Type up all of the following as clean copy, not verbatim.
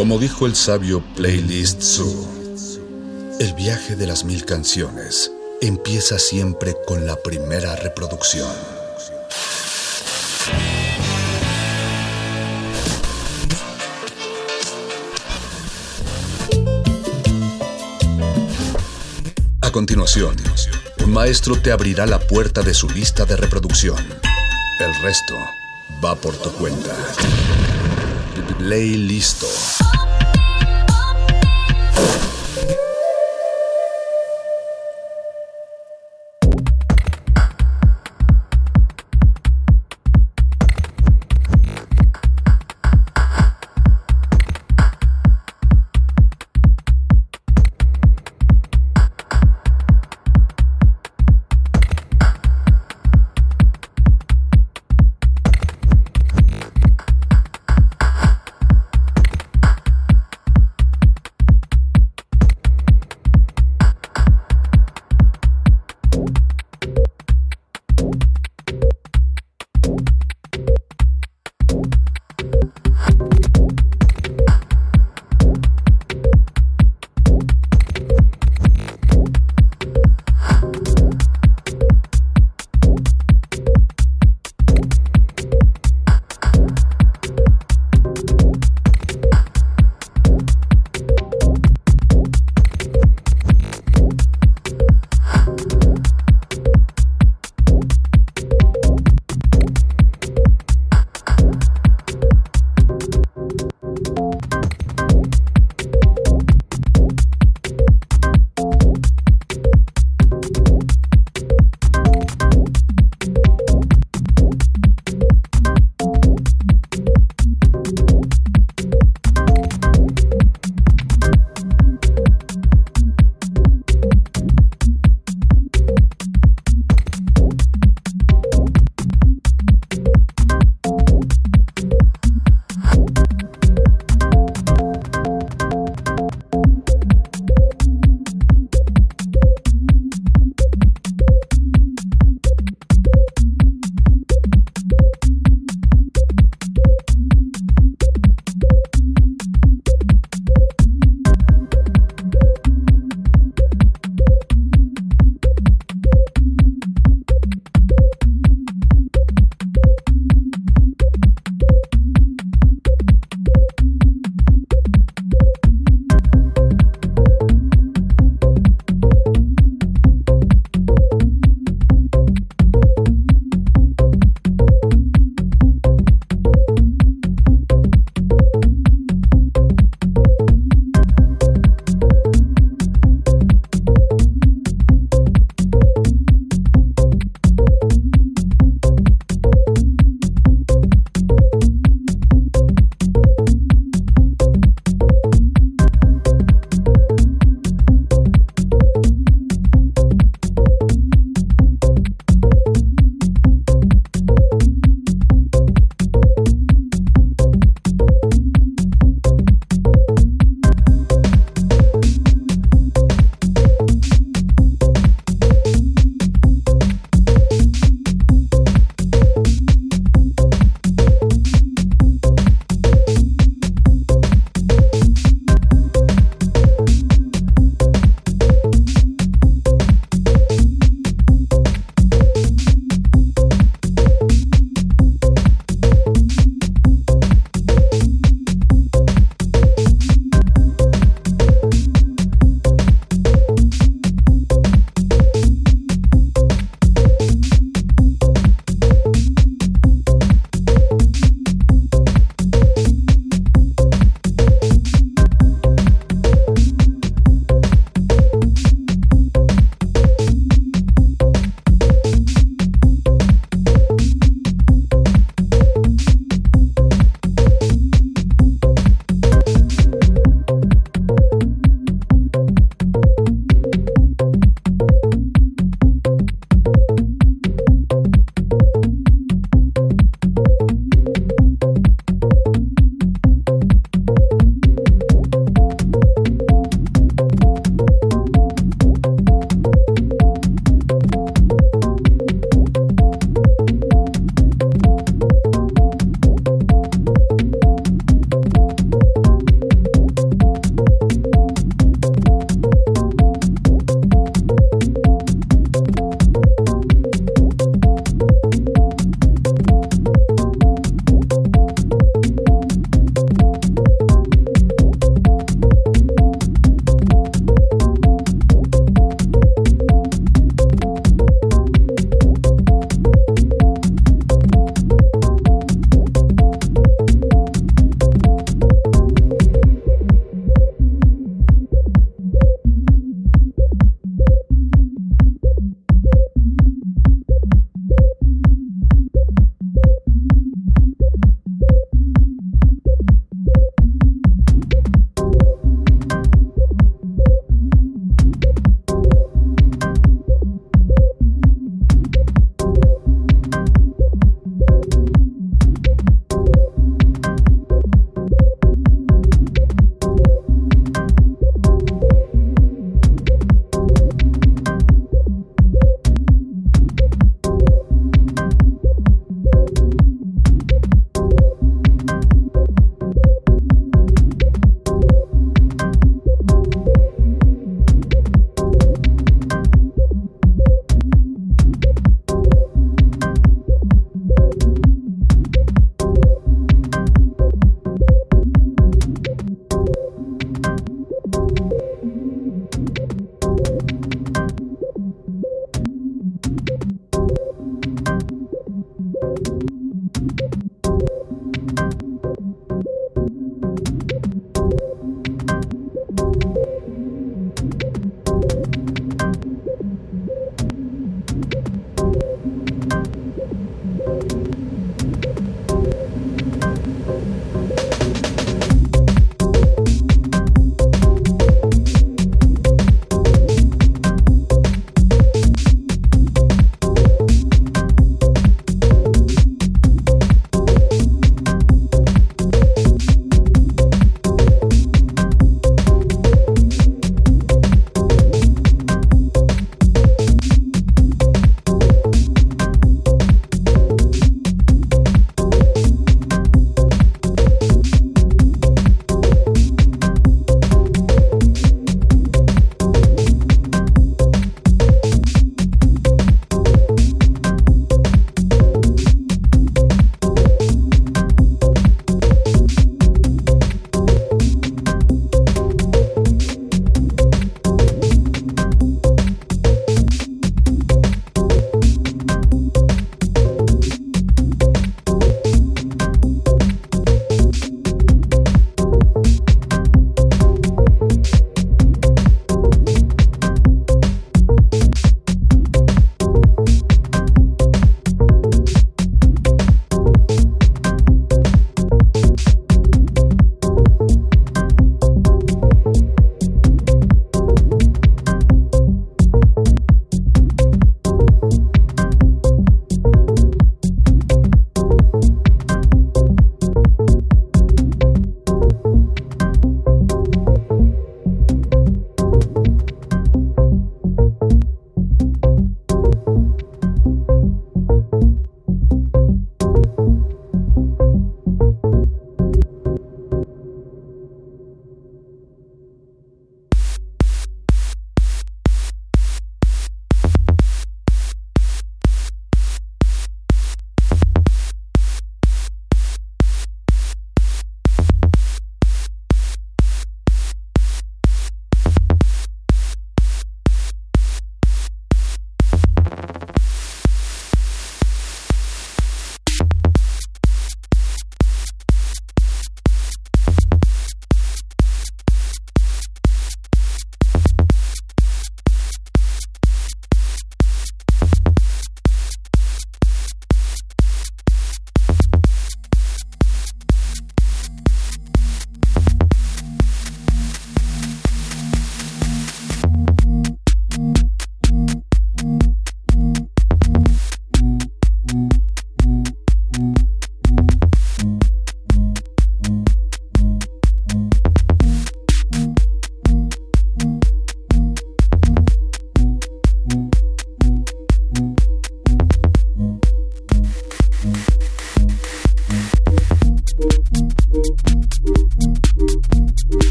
Como dijo el sabio Playlist Zoo, el viaje de las 1000 canciones empieza siempre con la primera reproducción. A continuación, un maestro te abrirá la puerta de su lista de reproducción. El resto va por tu cuenta. Play listo.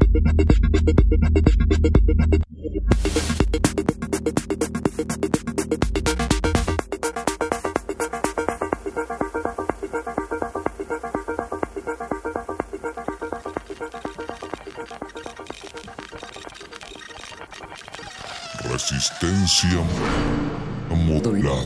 Resistencia modulada.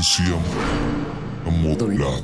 frecuencia modulada.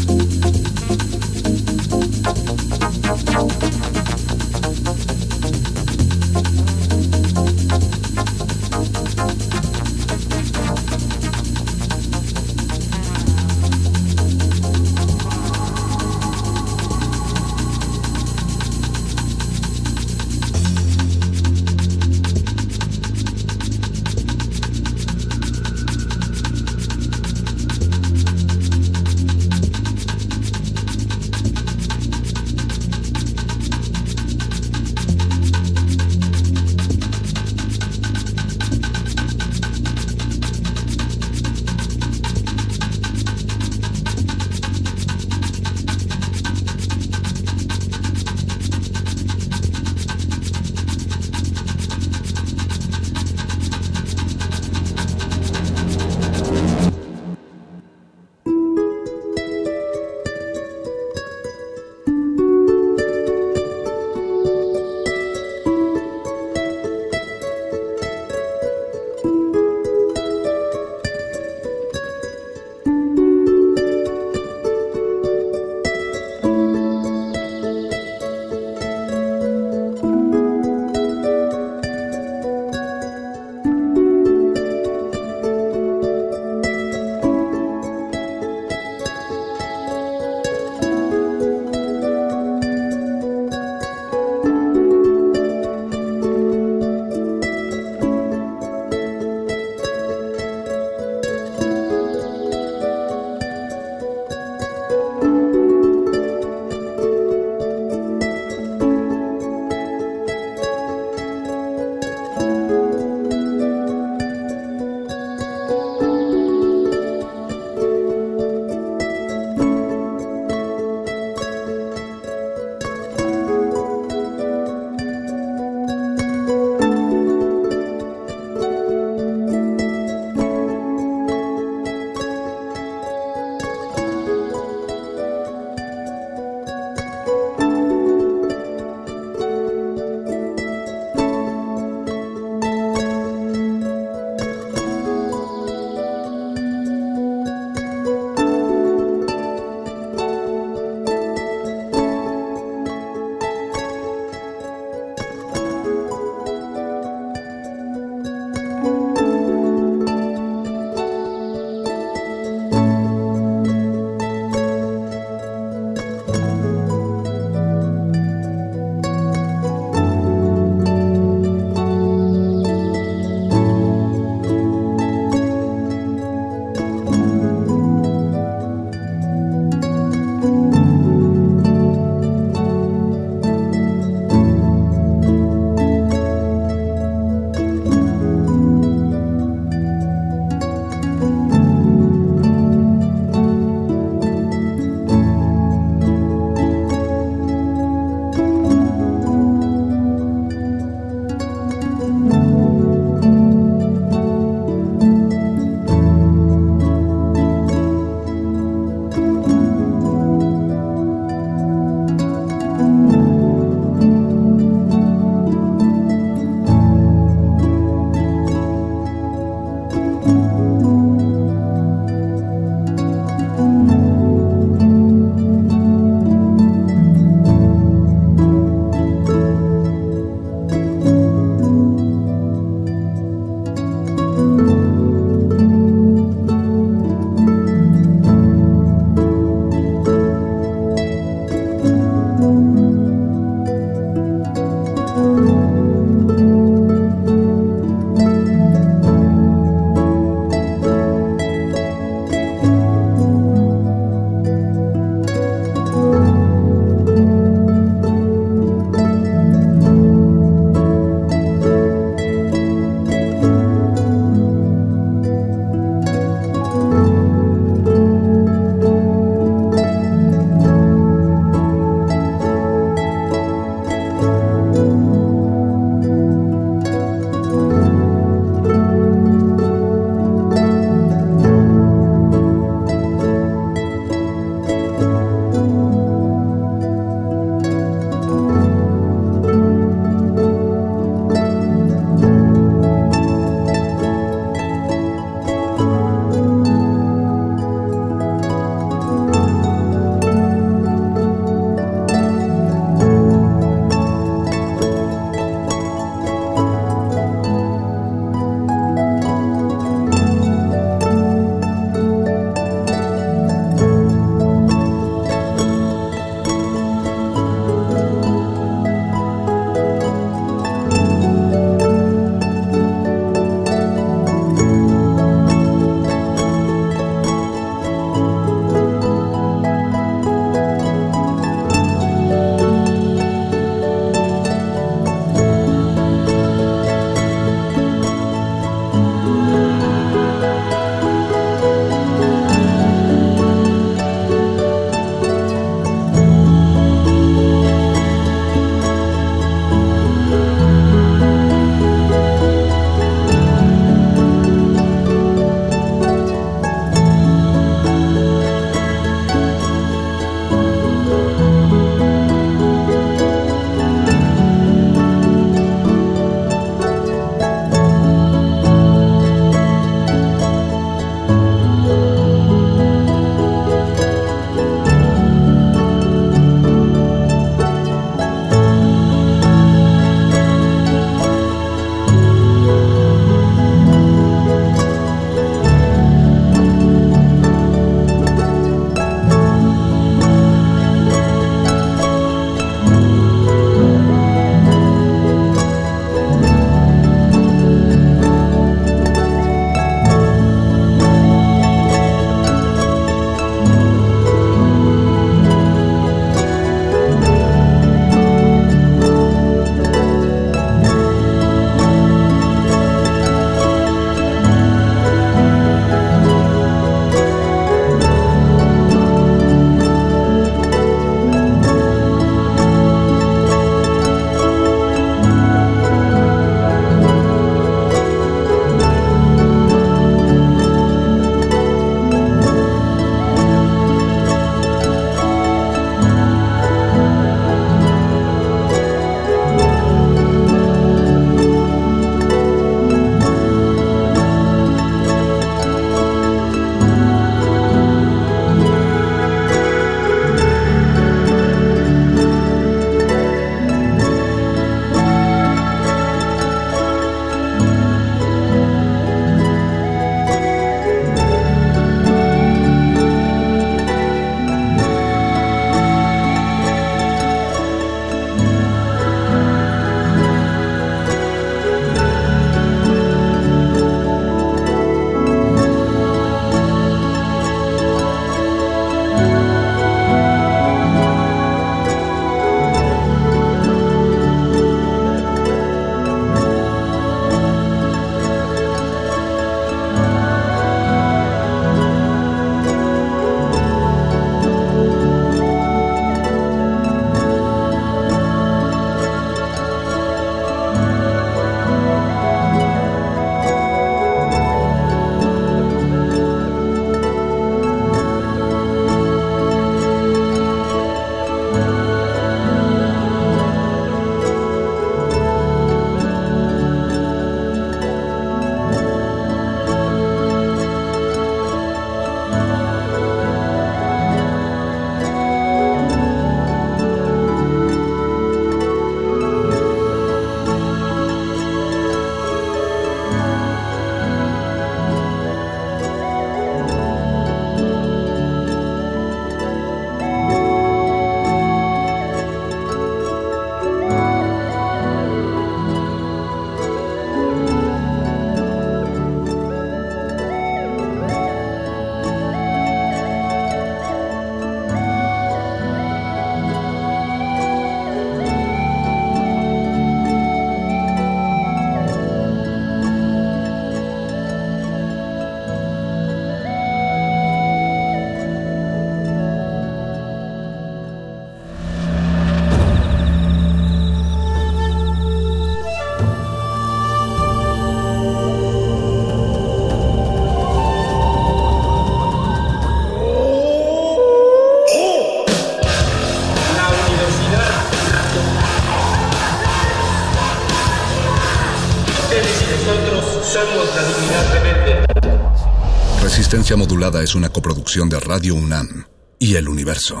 Usamos la dignidad rebelde. Resistencia Modulada es una coproducción de Radio UNAM y El Universo.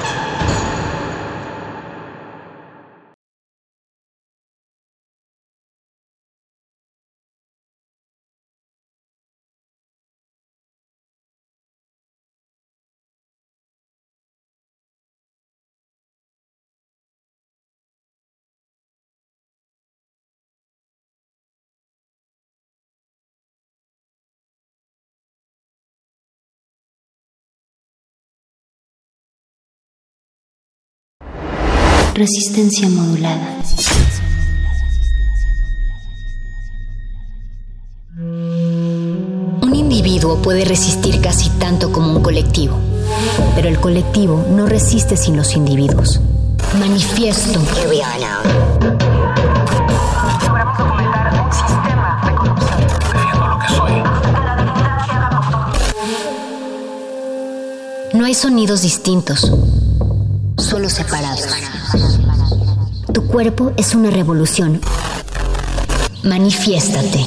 Resistencia modulada. Un individuo puede resistir casi tanto como un colectivo, pero el colectivo no resiste sin los individuos. Manifiesto. Logramos documentar un sistema de corrupción. Defiendo lo que soy. A la dignidad que hagamos todo. No hay sonidos distintos, solo separados. Tu cuerpo es una revolución. Manifiéstate.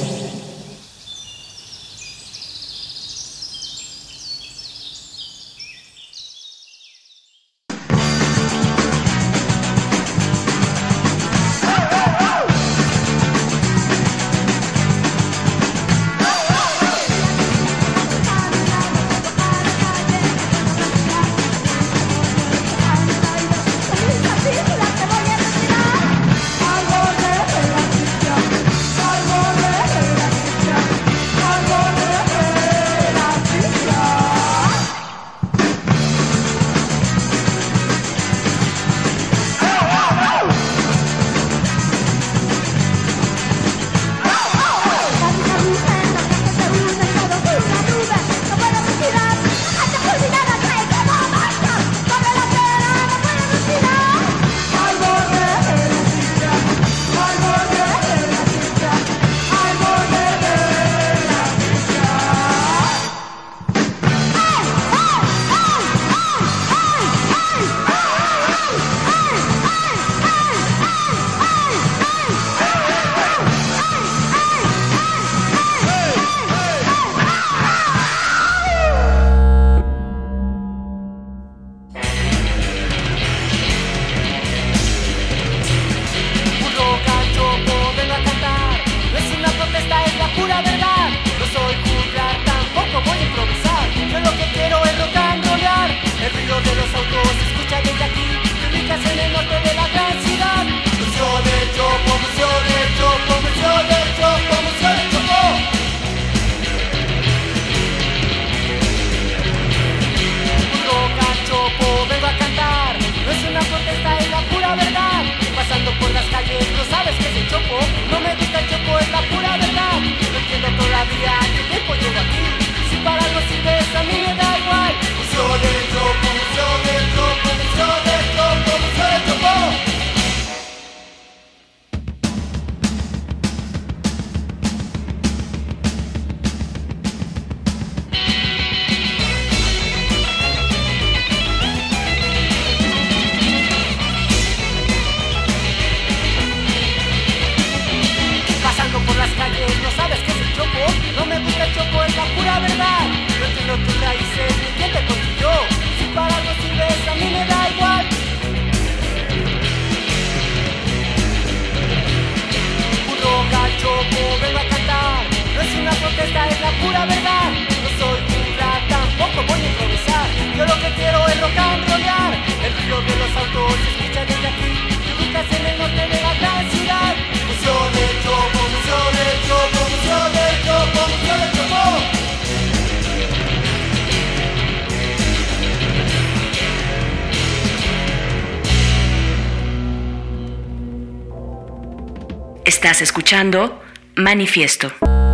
Estás escuchando Manifiesto.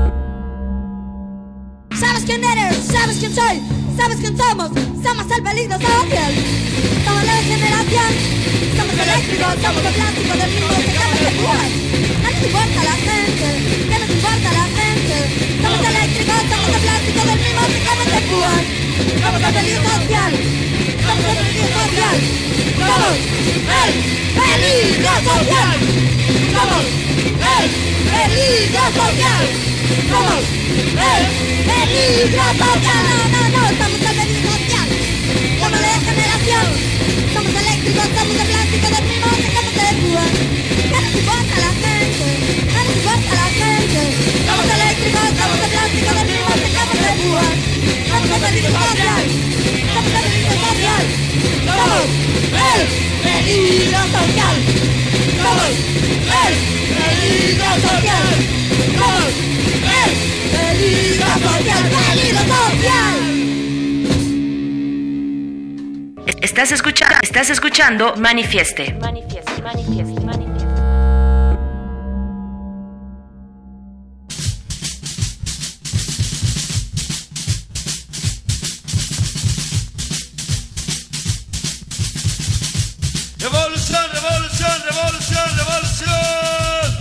¿Sabes quién eres? ¿Sabes quién soy? ¿Sabes quién somos? Somos el peligro social. Somos la generación. Somos eléctricos, somos de plástico, del mismo que acabas de jugar. No nos importa la gente, ¿qué nos importa la gente? Somos eléctricos, somos de plástico, del mismo que acabas de jugar. Somos el peligro social. Somos el peligro social. Somos el peligro social. Somos el peligro social. Somos Somos el peligro social. No, somos el peligro social. Somos de generación. Somos eléctricos, somos de plástico, dormimos en campos de púa. ¿Qué nos importa la gente? ¿Qué nos importa la gente? Somos eléctricos, somos de plástico, dormimos en campos de púa. Somos el peligro social. Somos el peligro social. Somos el peligro social. Somos el peligro social. Somos el peligro social. Peligro social. Estás escuchando Manifieste. Revolución, revolución, revolución, revolución.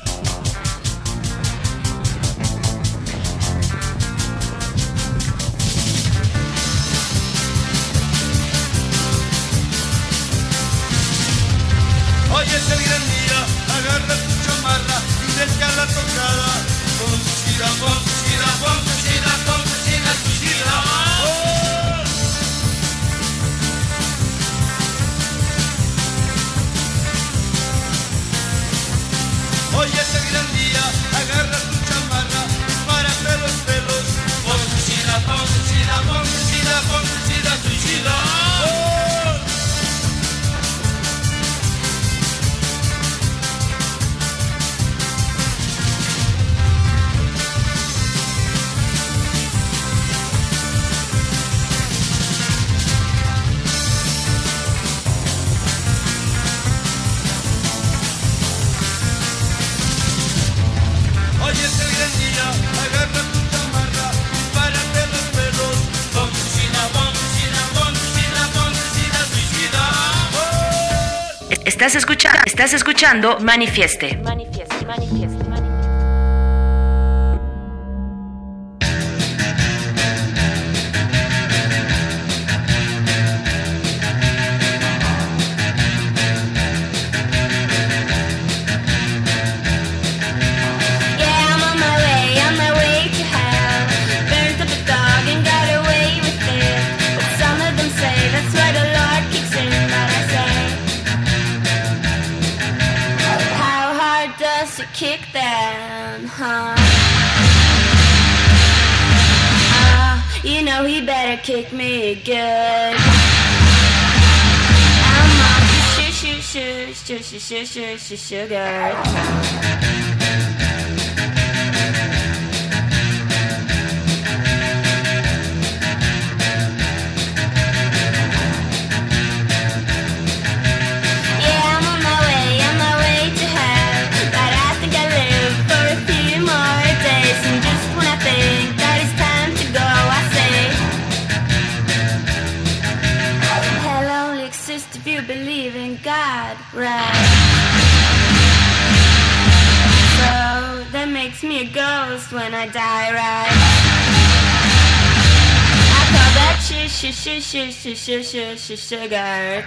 Hoy es el gran día, agarra tu chamarra y deja la tocada. Con suicida, con suicida, con suicida, con suicida, suicida. Hoy es el gran día, agarra tu chamarra y párate los pelos. Con suicida, con suicida, con suicida, con suicida, suicida. Hoy es el gran día, agarra tu chamarra y párate los pelos. Con suicida, con suicida, con suicida, con suicida, suicida. Estás escuchando Manifieste. Kick them, huh? You know he better kick me good. I'm off the sugar. Believe in God, right? So that makes me a ghost when I die, right? I call that sugar.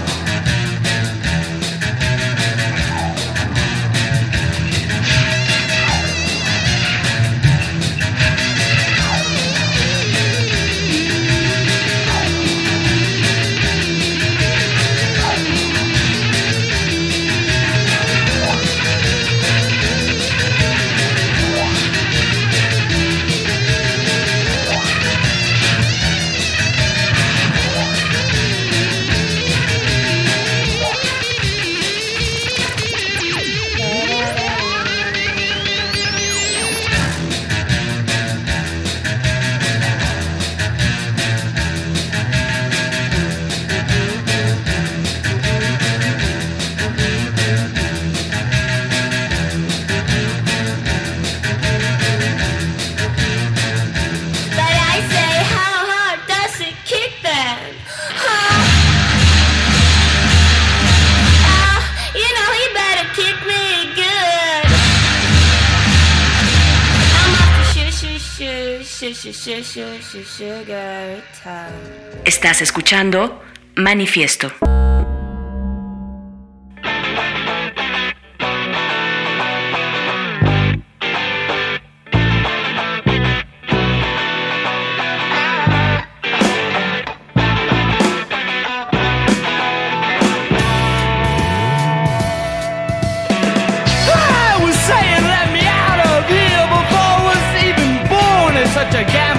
Sugar time. Estás escuchando Manifiesto.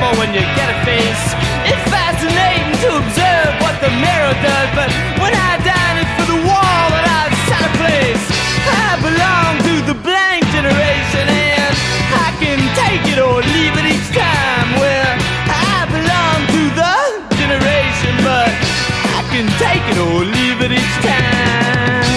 for when you get a face. It's fascinating to observe what the mirror does, but when I dine it's for the wall that I've set a place. I belong to the blank generation and I can take it or leave it each time. Well, I belong to the generation, but I can take it or leave it each time.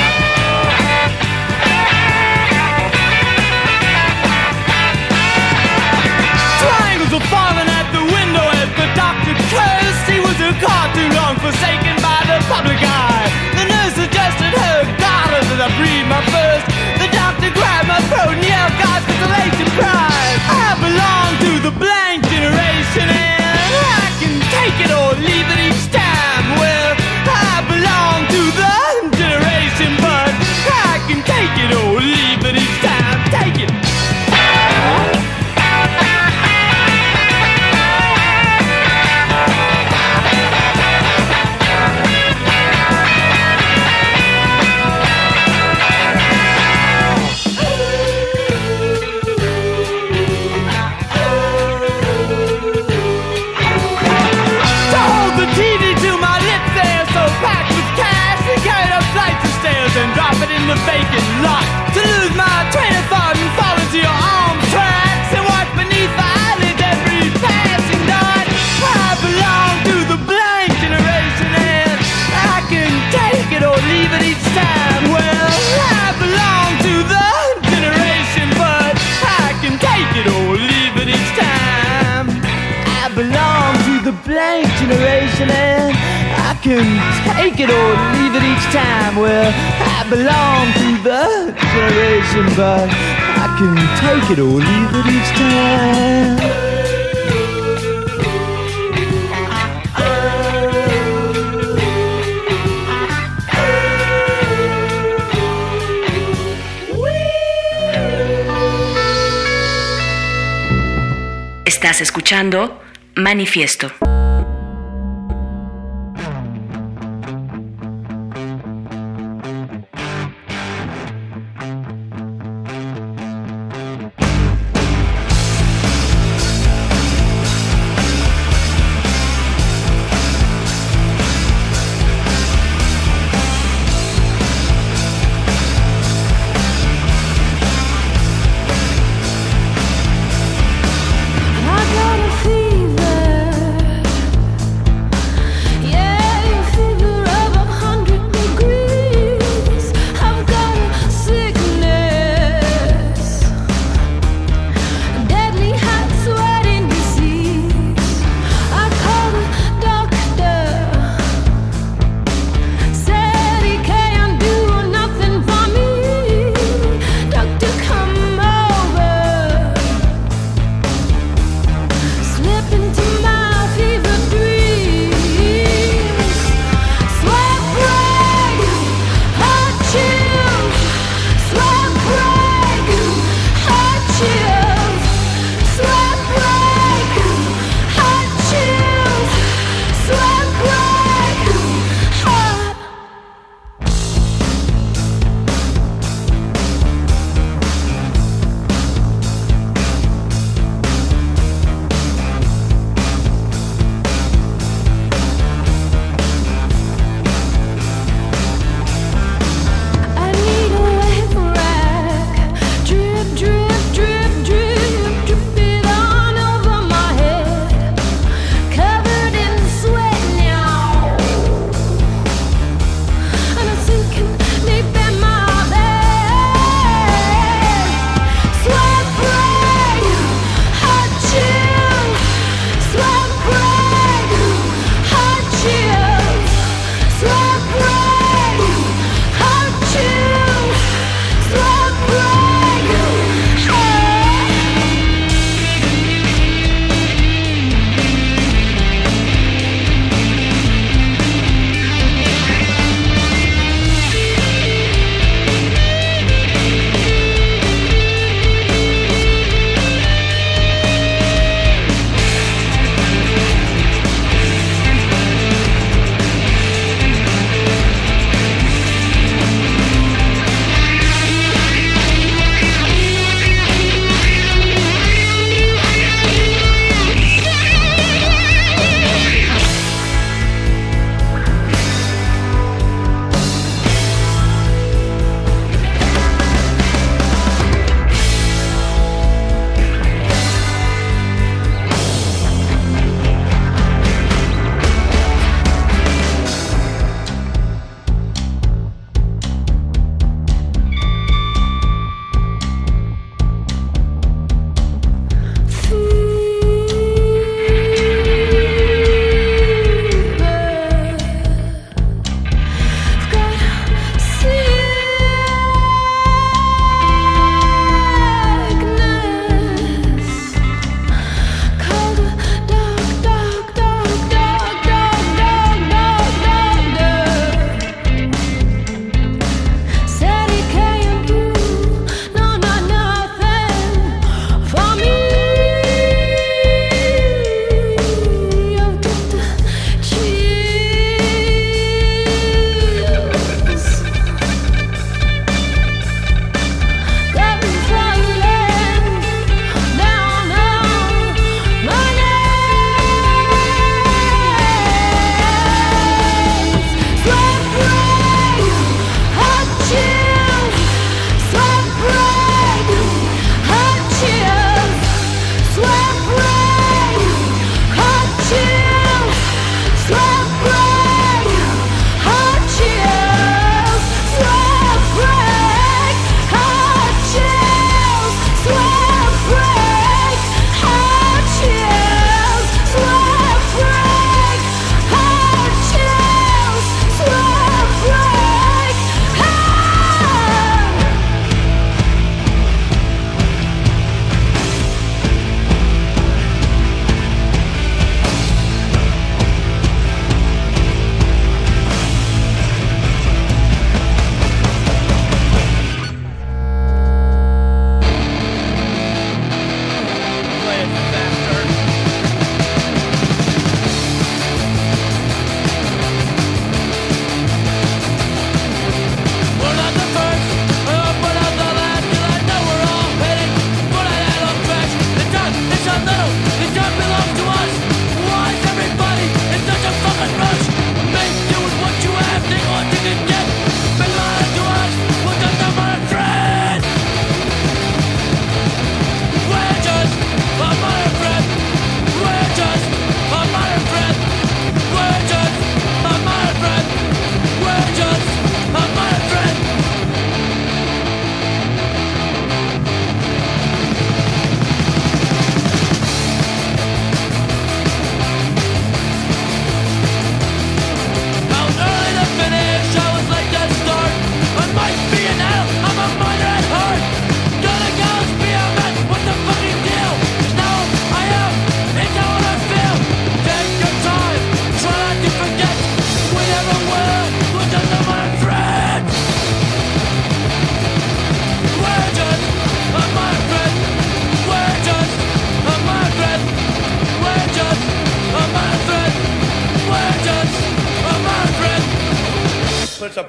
Triangles are falling at the window as the doctor cursed. He was a cartoon long forsaken by the public eye. The nurse adjusted her garters as I breathed my first. The doctor grabbed my throat and yelled God's consolation prize. I belong to the blank generation and I can take it or leave it each time. Well, I belong to the generation, but I can take it or leave it each time. Take it. And drop it in the vacant lot. To lose my train of thought and fall into your arms tracks and watch beneath the eyelids every passing dot. I belong to the blank generation and I can take it or leave it each time. Well, I belong to the generation, but I can take it or leave it each time. I belong to the blank generation and I can take it or leave it each time. Well, I belong to the generation, but I can take it or leave it each time. Estás escuchando Manifiesto. I got a fever.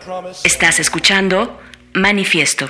Estás escuchando Manifiesto.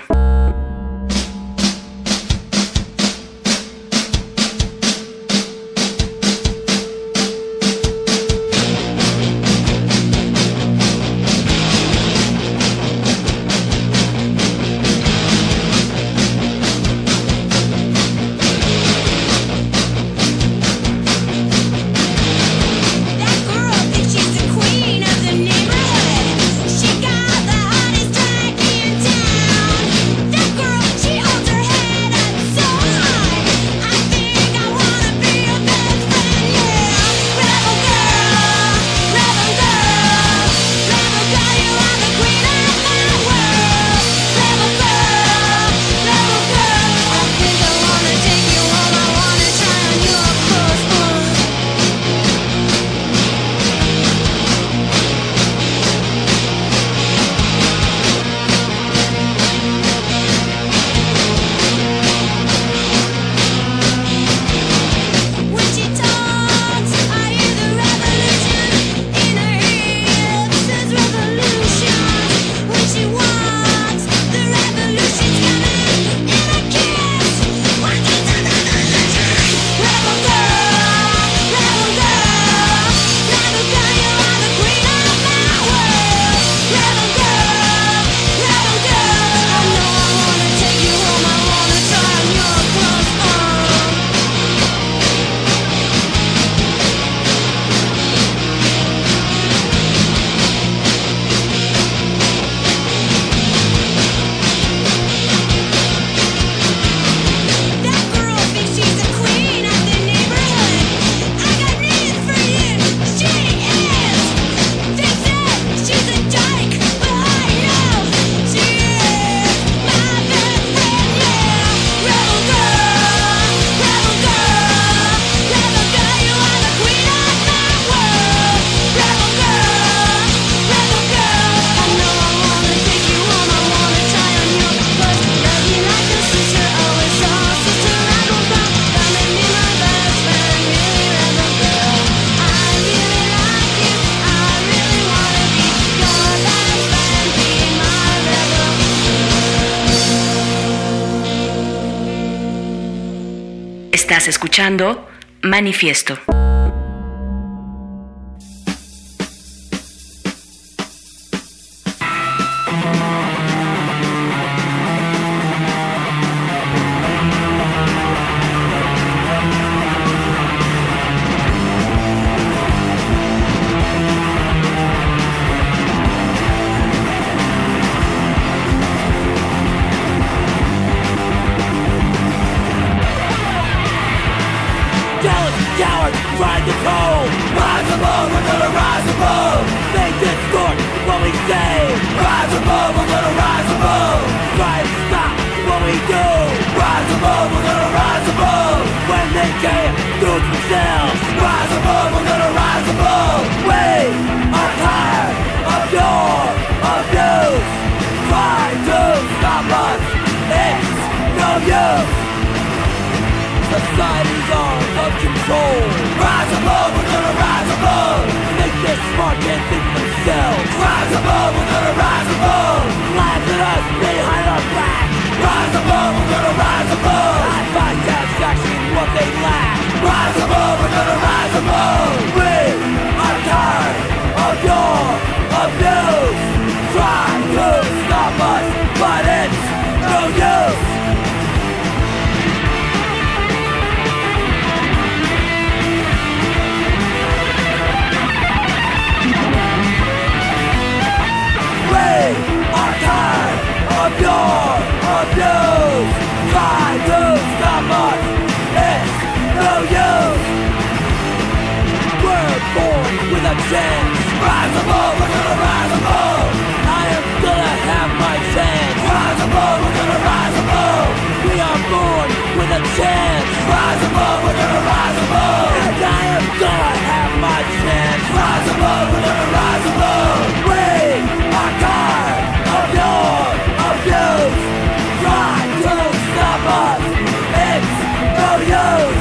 Estás escuchando Manifiesto. Society's out of control. Rise above, we're gonna rise above. Think they're smart, can't think themselves. Rise above, we're gonna rise above. Laugh at us behind our back. Rise above, we're gonna rise above. High five satisfaction in what they lack. Rise above, we're gonna rise above. We are tired of your abuse. Try to stop us, but it's no use. Are tired of your abuse. Try to stop us, it's no use. We're born with a chance. Rise above, we're gonna rise above. I am gonna have my chance. Rise above, we're gonna rise above. We are born with a chance. Rise above, we're gonna rise above. And I am gonna have my chance. Rise above, we're gonna rise above. We are tired of your abuse. Try to stop us, it's no use.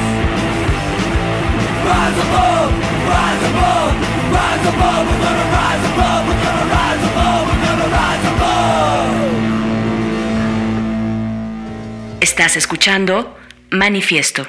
Rise above, rise above, rise above. We're gonna rise above, we're gonna rise above, we're gonna rise Estás escuchando Manifiesto.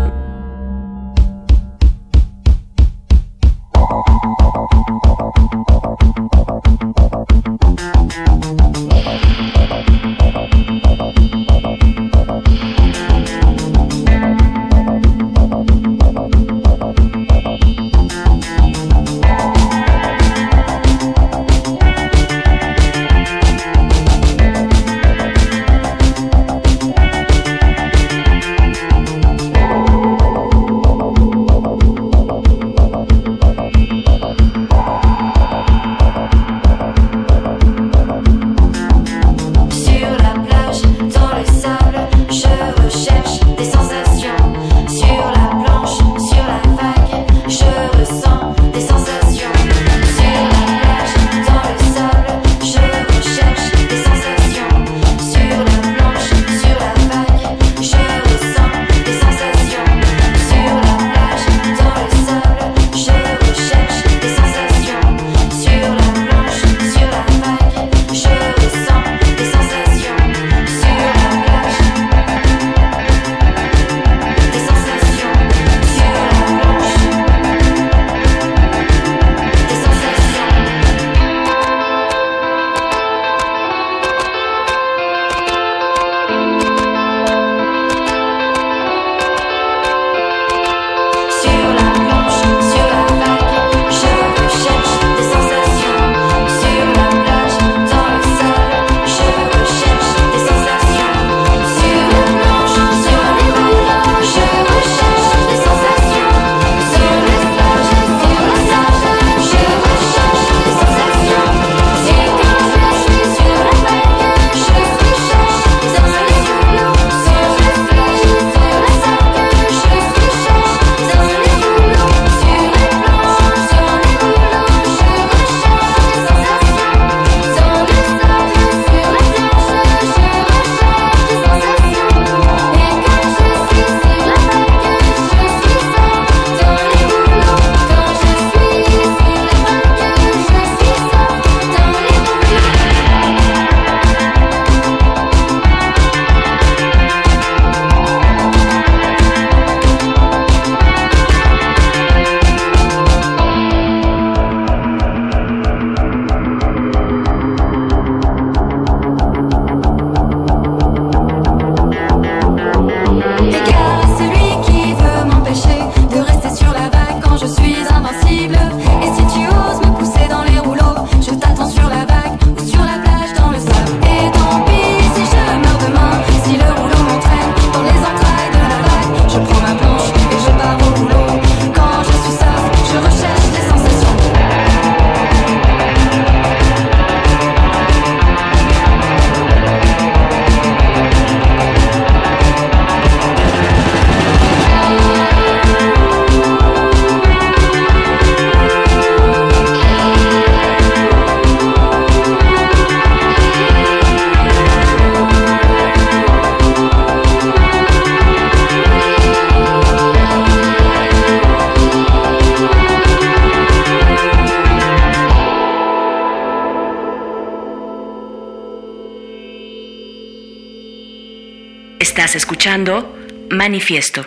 Estás escuchando Manifiesto.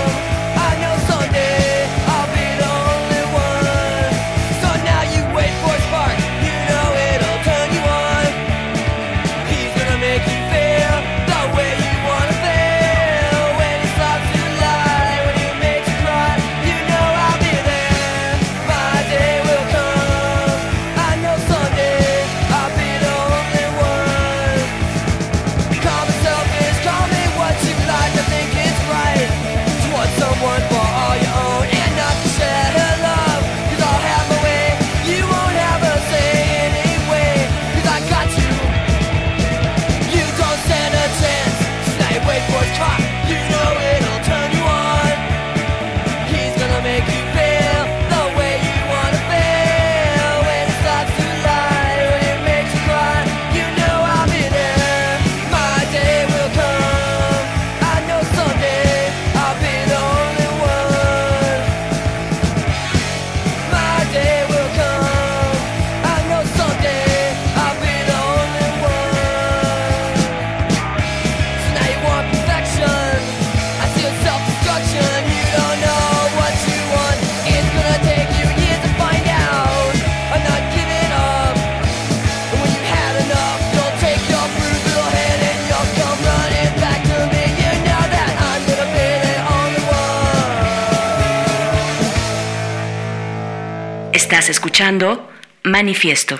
Wait for Estás escuchando Manifiesto.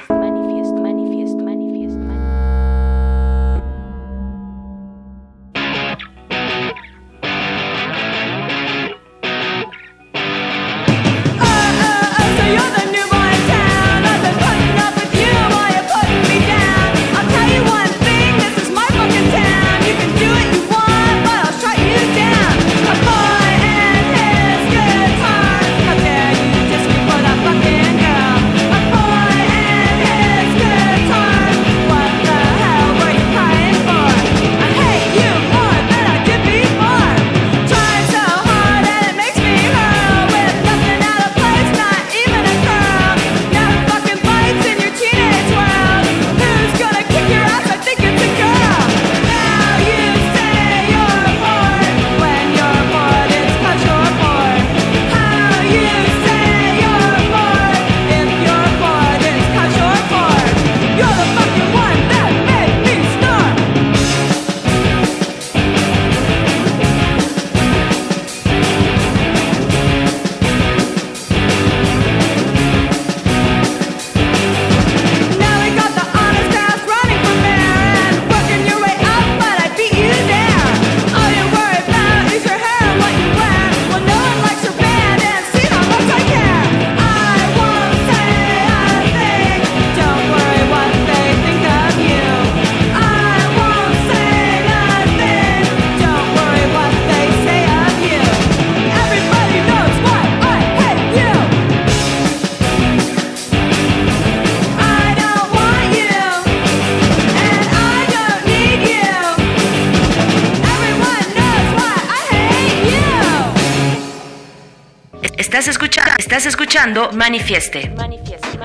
Estás escuchando Manifieste. Manifieste.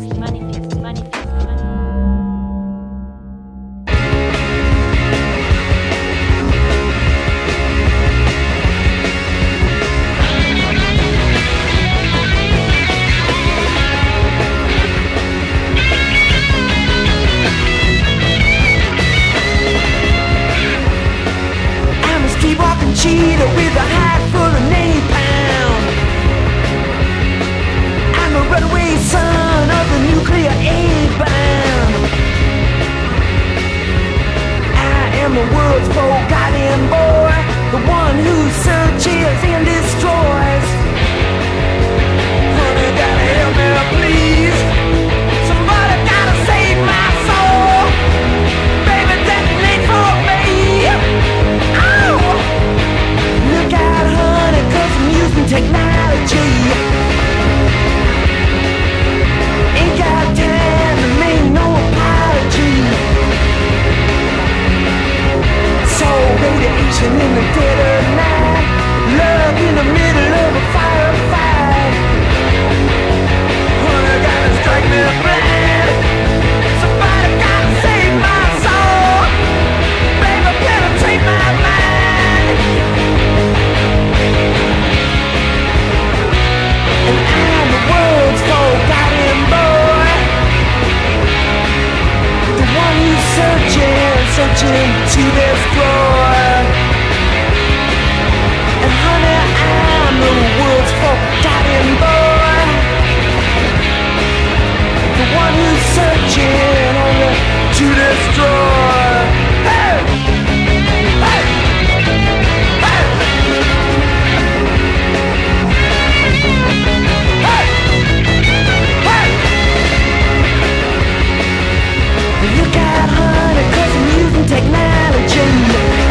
I'm a street-walking cheetah with a hat full of napalm. I'm a runaway son of the nuclear aid bomb. I am the world's forgotten boy, the one who searches and destroys. Honey, gotta help me, please. Somebody gotta save my soul. Baby, that ain't for me. Oh! Look out, honey, 'cause I'm using technology. Ain't got time to make no apology. So radiation in the dead of night, love in the middle of a firefight. Honey, gotta strike me blind. Somebody gotta save my soul. Baby, penetrate my mind. And I'm the world's forgotten boy, the one who's searching to destroy. And honey, I'm the world's forgotten boy, the one who's searching only to destroy. Hey! Hey! Hey! Look out, honey, 'cause I'm using technology.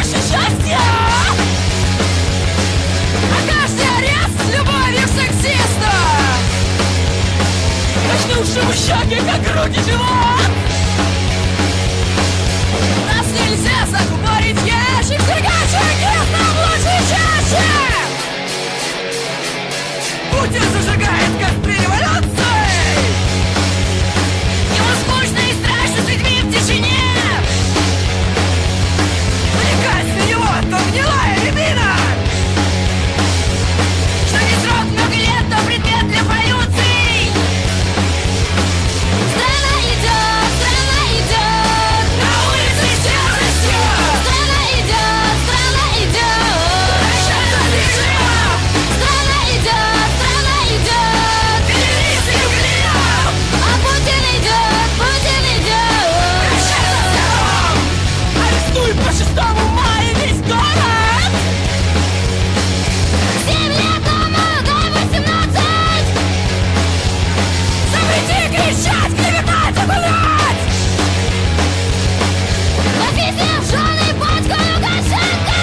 наше счастье. А каждый арест с любовью сексиста, качнувшему щеки, как грудь и живот. Нас нельзя закупорить в ящик, сверкающий нам лучше чаще. Путин зажигает костры революции. Ему скучно и страшно с людьми в тишине. Влекать на него то гнилая рябина, что не срок много лет, то предмет для полюций. Страна идет, на улице серостью. Страна идет, прощаться с режимом. Страна идет, перелистым клином. А Путин идет, прощаться с кором. Арестуй по 6 мая весь город. 7 лет тому, дай 18. Запрети кричать, клеветать, опылять. Офицер в жены батька Лукашенко.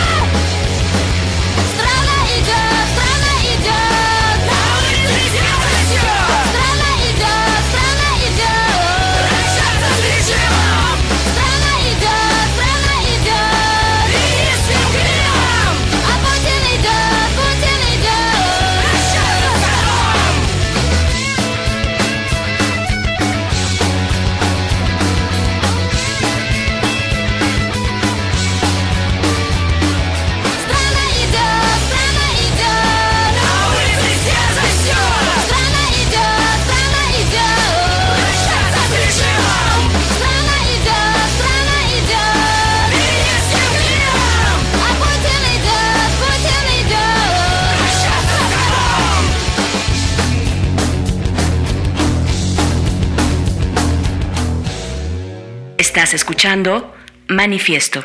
Страна идет, на улице серостью. Страна идет, прощаться с режимом. Страна идет, перелистым клином. А Путин идет, прощаться с кором. Страна идет, на улице серостью. Страна идет, прощаться с режимом. Страна идет, перелистым клином. А Путин идет, прощаться с кором. Estás escuchando Manifiesto.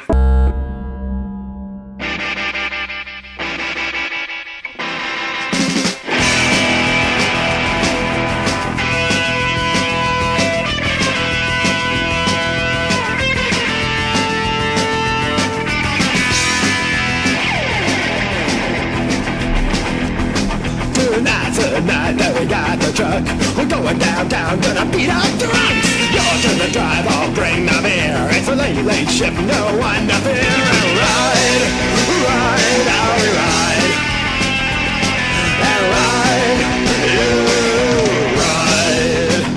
Tonight, that we got the truck. We're going downtown, gonna beat up drunks. You're to the drive, I'll bring the beer. It's a late ship, no one to fear. And ride, how we ride. And ride, you ride.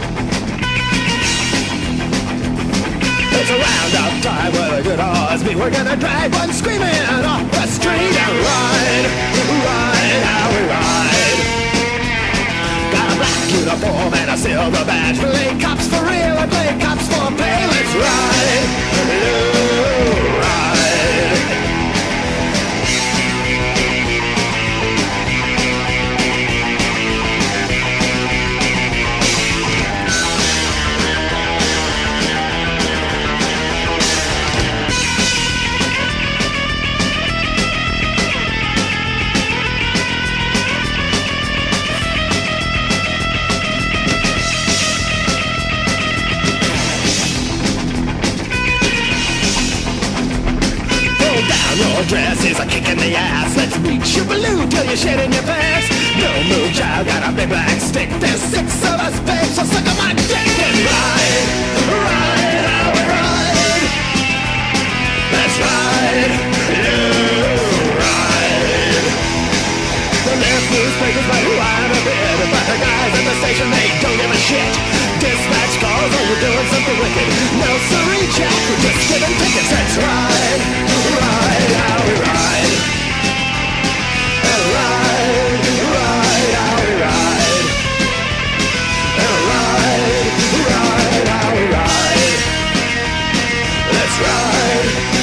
It's a round-up time with a good horse. We're gonna drive one screaming off the street. And ride, how we ride. Got a black uniform and a silver badge. Play cops for real and play cops for pay. Let's ride, ride. Your dress is a kick in the ass. Let's reach your balloon till you're shit in your pants. No move, child, got a big black stick. There's 6 of us, babe, so suck on my dick and ride, how we ride. Let's ride, you ride. The left newspapers by who I'm a bit, but the guys at the station, they don't give a shit. Dispatch calls, oh, we're doing something wicked. No sorry, Jack, we're just giving tickets. Let's ride, how we ride. And ride, how we ride. And ride, how we ride. Let's ride,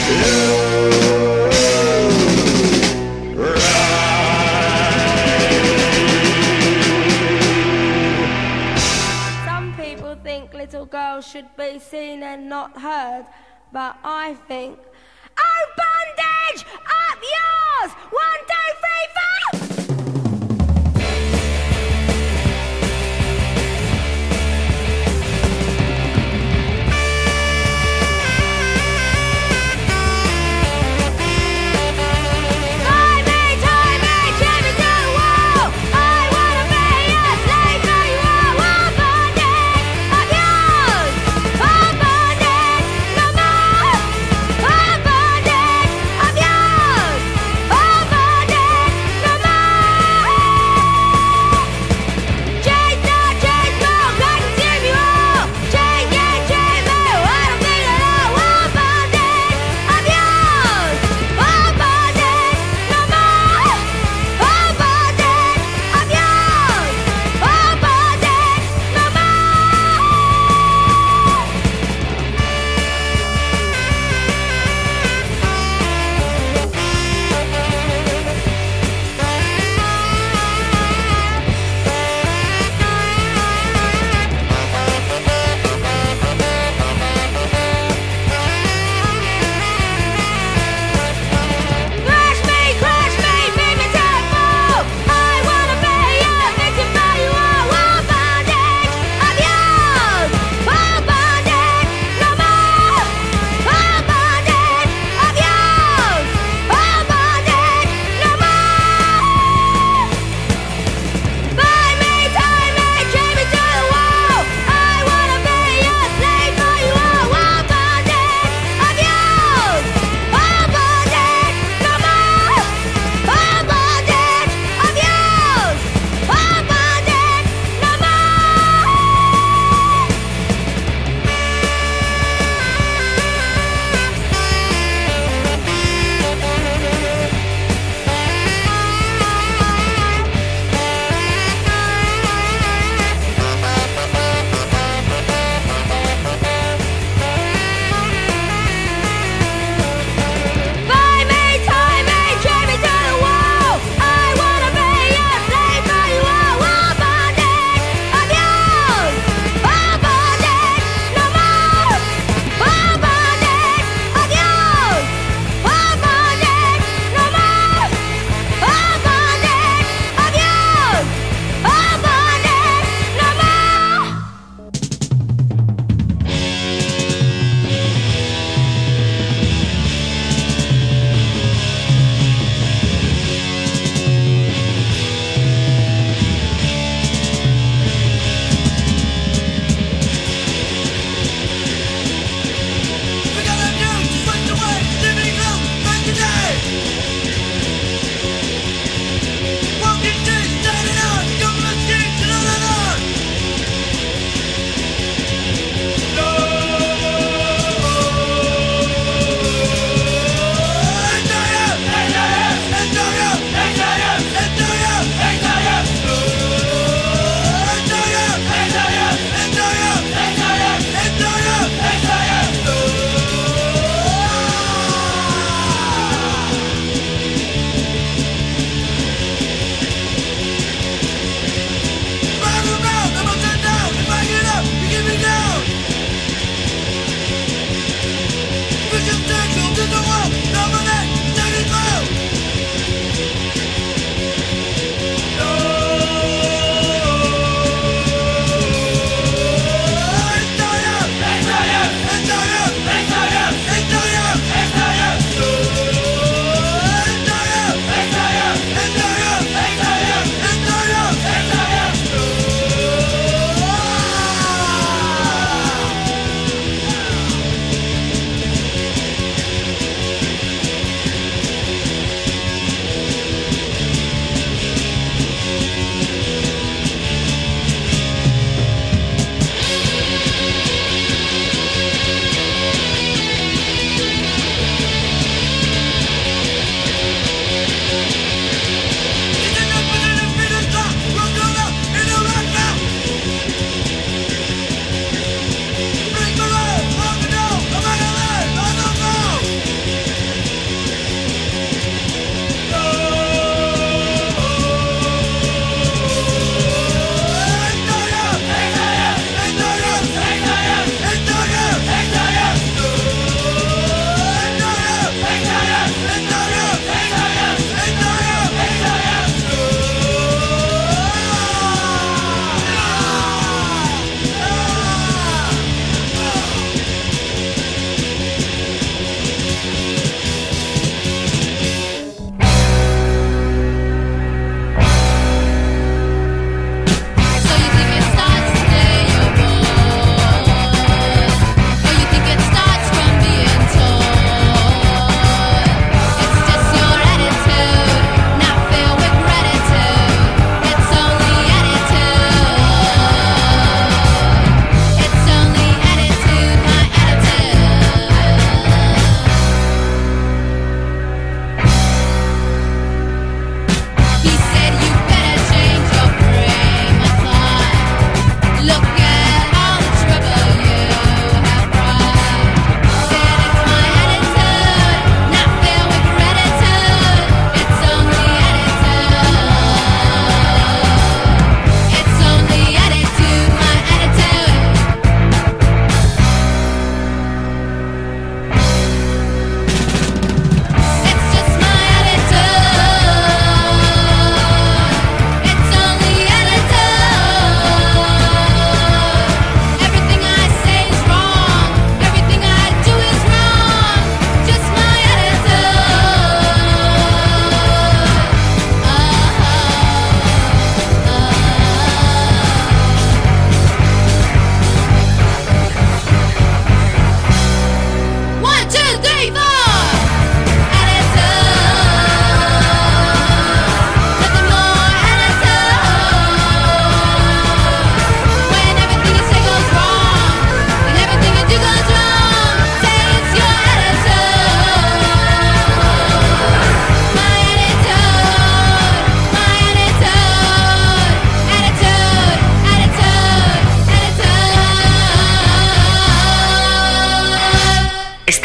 Some people think little girls should be seen and not heard, but I think, oh, bondage, up yours! 1, 2, 3, 4!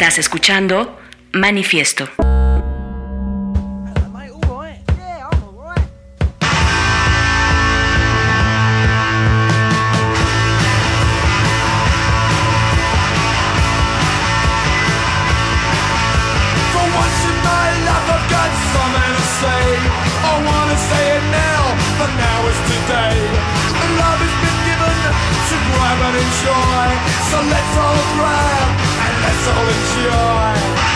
Estás escuchando Manifiesto. So let's all grab and let's all enjoy.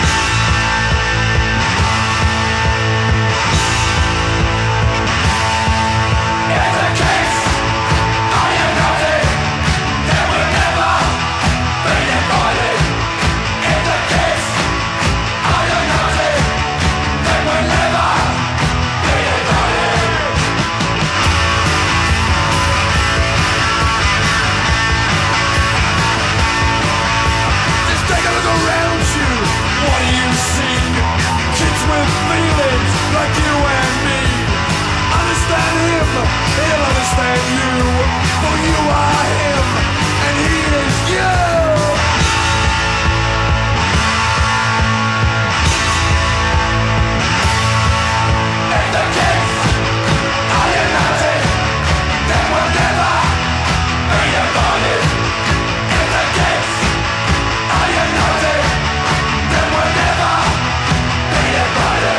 In the case I am nothing, there will never be a body. In the case I am nothing, there will never be a body. Take a look around you, what do you see? Kids with feelings like you and me. Understand him, he'll understand you. For you are him, and he is you. In the case I am nothing, there will never be a body. In the case I am nothing, there will never be a body.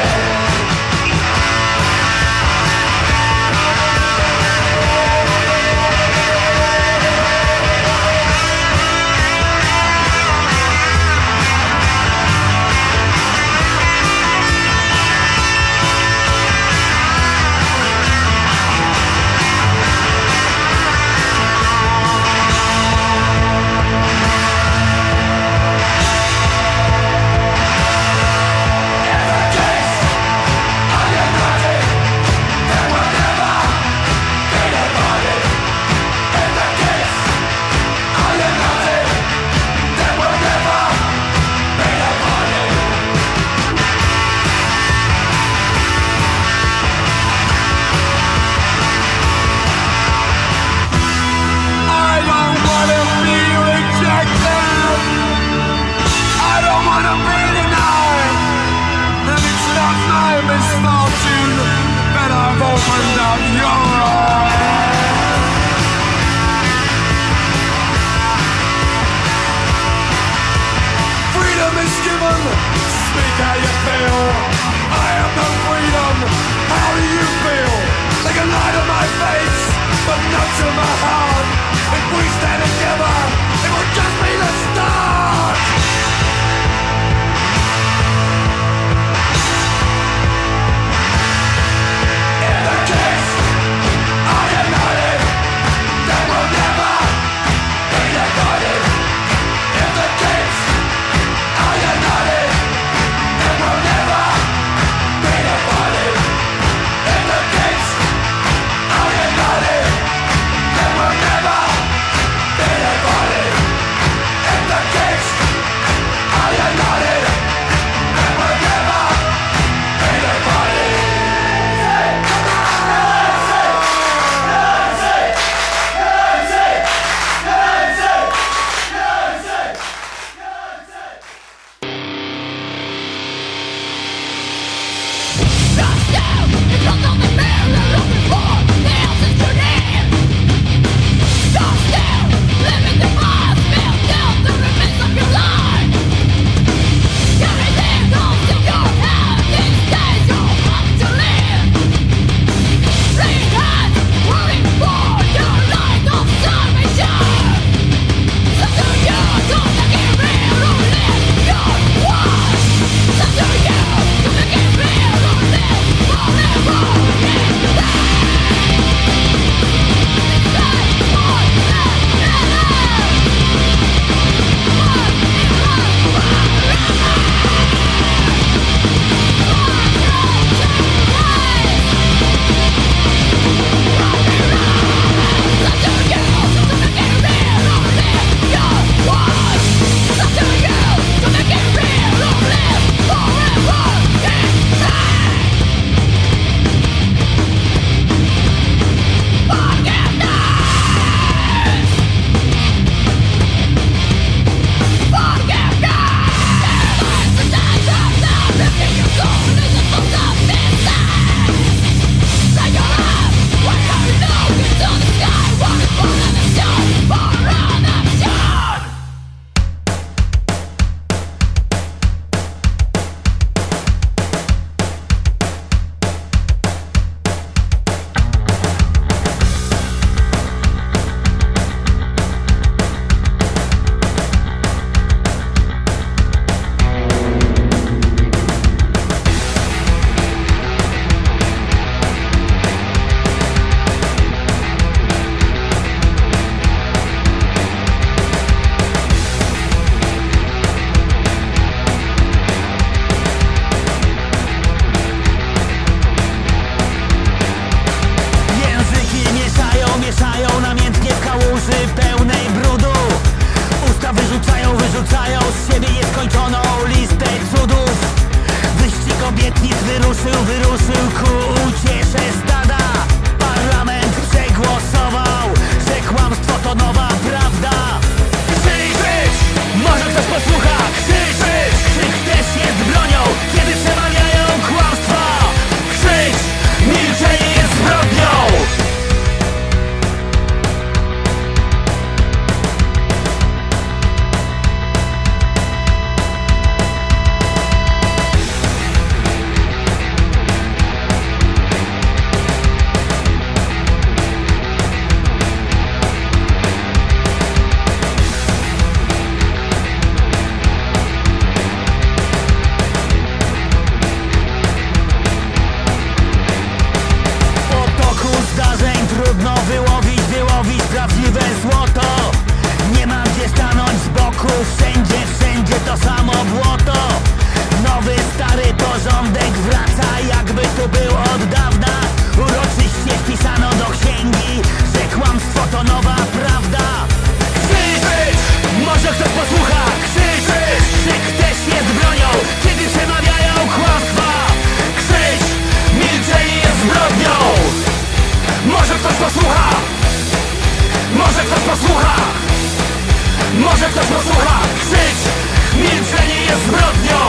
że ktoś posłucha. Wstyd, milczenie jest zbrodnią.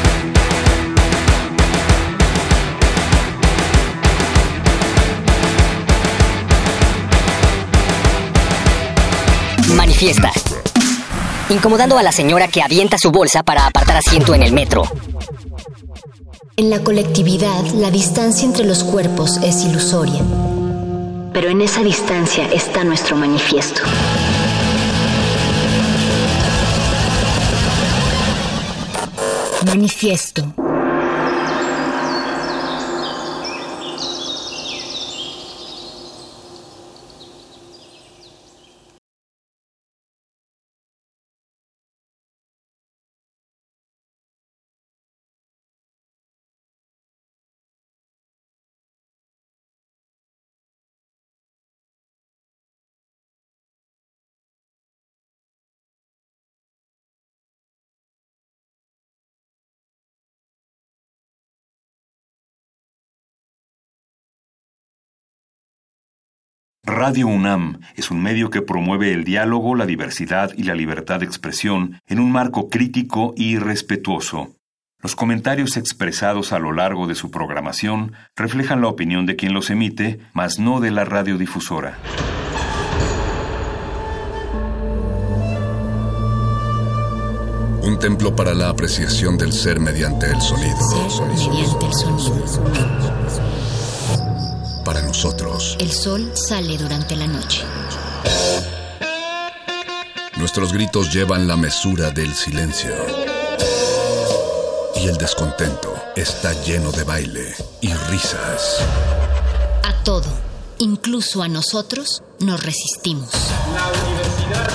Manifiesta. Incomodando a la señora que avienta su bolsa para apartar asiento en el metro. En la colectividad, la distancia entre los cuerpos es ilusoria. Pero en esa distancia está nuestro manifiesto. Manifiesto. Radio UNAM es un medio que promueve el diálogo, la diversidad y la libertad de expresión en un marco crítico y respetuoso. Los comentarios expresados a lo largo de su programación reflejan la opinión de quien los emite, mas no de la radiodifusora. Un templo para la apreciación del ser mediante el sonido. Mediante el sonido. Para nosotros, el sol sale durante la noche. Nuestros gritos llevan la mesura del silencio. Y el descontento está lleno de baile y risas. A todo, incluso a nosotros, nos resistimos. La universidad.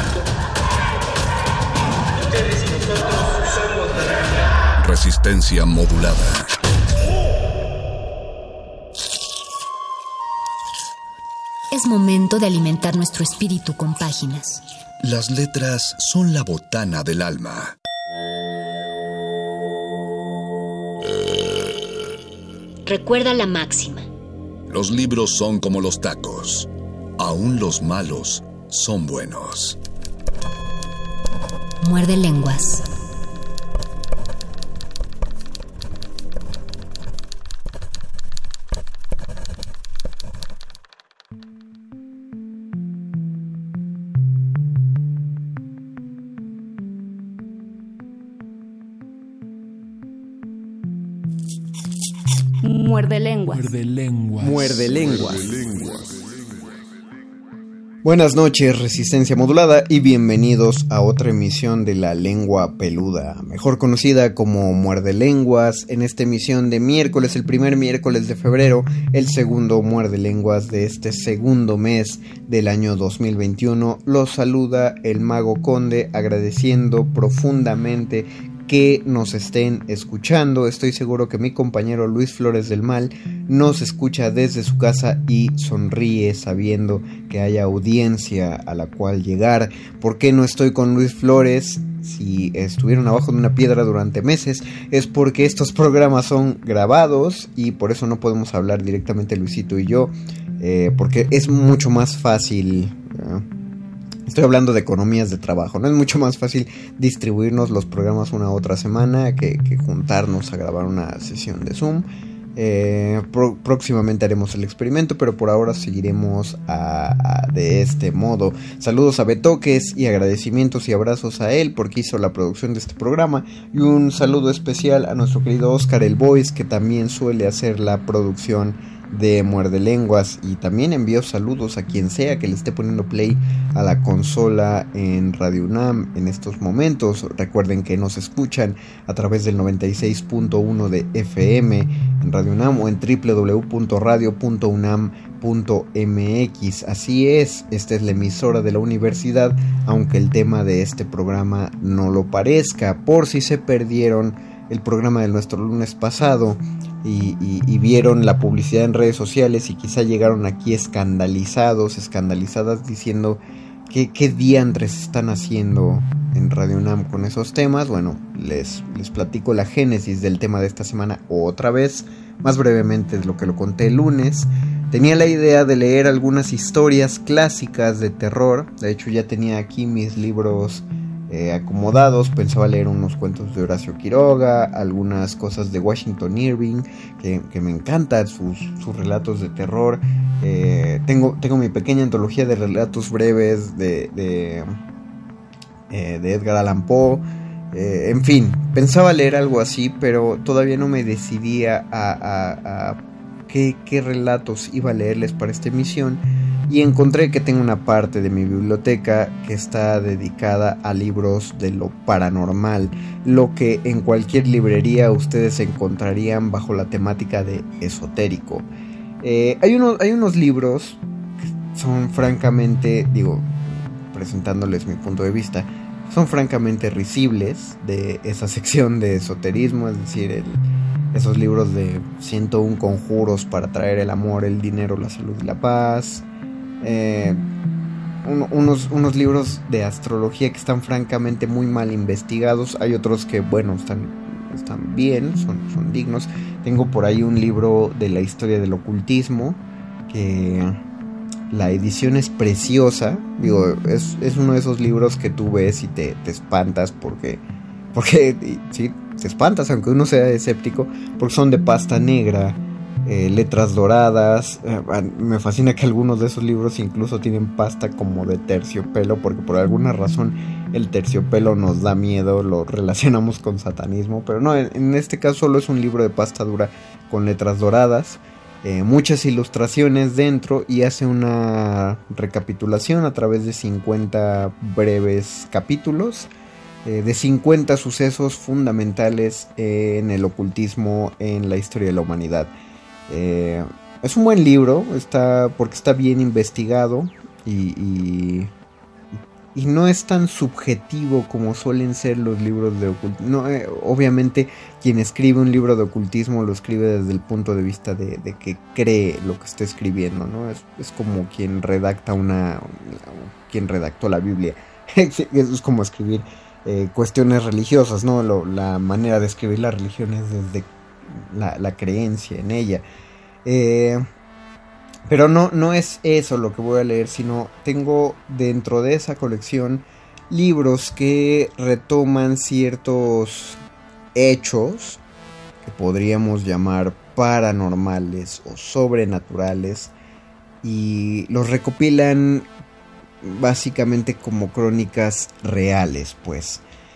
Ustedes y nosotros somos de realidad. Resistencia modulada. Es momento de alimentar nuestro espíritu con páginas. Las letras son la botana del alma. Recuerda la máxima. Los libros son como los tacos. Aún los malos son buenos. Muerde lenguas. Muerde lenguas. Muerde lenguas. Muerde lenguas. Buenas noches, Resistencia Modulada, y bienvenidos a otra emisión de La Lengua Peluda, mejor conocida como Muerde Lenguas. En esta emisión de miércoles, el primer miércoles de febrero, el segundo Muerde Lenguas de este segundo mes del año 2021, los saluda el Mago Conde, agradeciendo profundamente que nos estén escuchando. Estoy seguro que mi compañero Luis Flores del Mal nos escucha desde su casa y sonríe sabiendo que hay audiencia a la cual llegar. ¿Por qué no estoy con Luis Flores? Si estuvieron abajo de una piedra durante meses, es porque estos programas son grabados y por eso no podemos hablar directamente Luisito y yo, porque es mucho más fácil. Estoy hablando de economías de trabajo, ¿no? Es mucho más fácil distribuirnos los programas una u otra semana que juntarnos a grabar una sesión de Zoom. Próximamente haremos el experimento, pero por ahora seguiremos de este modo. Saludos a Betoques y agradecimientos y abrazos a él porque hizo la producción de este programa. Y un saludo especial a nuestro querido Oscar el Boys, que también suele hacer la producción de Muerde Lenguas, y también envío saludos a quien sea que le esté poniendo play a la consola en Radio UNAM en estos momentos. Recuerden que nos escuchan a través del 96.1 de FM en Radio UNAM o en www.radio.unam.mx. Así es, esta es la emisora de la universidad, aunque el tema de este programa no lo parezca. Por si se perdieron el programa de nuestro lunes pasado y vieron la publicidad en redes sociales y quizá llegaron aquí escandalizadas diciendo qué diantres están haciendo en Radio UNAM con esos temas. Bueno, les platico la génesis del tema de esta semana otra vez, más brevemente de lo que lo conté el lunes. tenía la idea de leer algunas historias clásicas de terror. De hecho, ya tenía aquí mis libros acomodados. Pensaba leer unos cuentos de Horacio Quiroga, algunas cosas de Washington Irving, que me encantan sus relatos de terror. Tengo mi pequeña antología de relatos breves de Edgar Allan Poe. En fin, pensaba leer algo así, pero todavía no me decidía a qué relatos iba a leerles para esta emisión. Y encontré que tengo una parte de mi biblioteca que está dedicada a libros de lo paranormal, lo que en cualquier librería ustedes encontrarían bajo la temática de esotérico. Hay unos libros que son francamente, presentándoles mi punto de vista, son francamente risibles de esa sección de esoterismo, es decir, esos libros de 101 conjuros para traer el amor, el dinero, la salud y la paz. Unos libros de astrología que están francamente muy mal investigados. Hay otros que, bueno, están bien, son dignos. Tengo por ahí un libro de la historia del ocultismo, que la edición es preciosa. Es uno de esos libros que tú ves y te espantas porque sí, te espantas aunque uno sea escéptico, porque son de pasta negra, letras doradas. Me fascina que algunos de esos libros incluso tienen pasta como de terciopelo, porque por alguna razón el terciopelo nos da miedo, lo relacionamos con satanismo, pero no, en este caso solo es un libro de pasta dura con letras doradas, muchas ilustraciones dentro, y hace una recapitulación a través de 50 breves capítulos de 50 sucesos fundamentales en el ocultismo en la historia de la humanidad. Es un buen libro, porque está bien investigado y no es tan subjetivo como suelen ser los libros de ocultismo. Obviamente quien escribe un libro de ocultismo lo escribe desde el punto de vista de que cree lo que está escribiendo, ¿no? Es como quien redactó la Biblia. Es como escribir cuestiones religiosas, ¿no? La manera de escribir la religión es desde la creencia en ella. Pero no es eso lo que voy a leer, sino tengo dentro de esa colección libros que retoman ciertos hechos que podríamos llamar paranormales o sobrenaturales y los recopilan básicamente como crónicas reales, pues.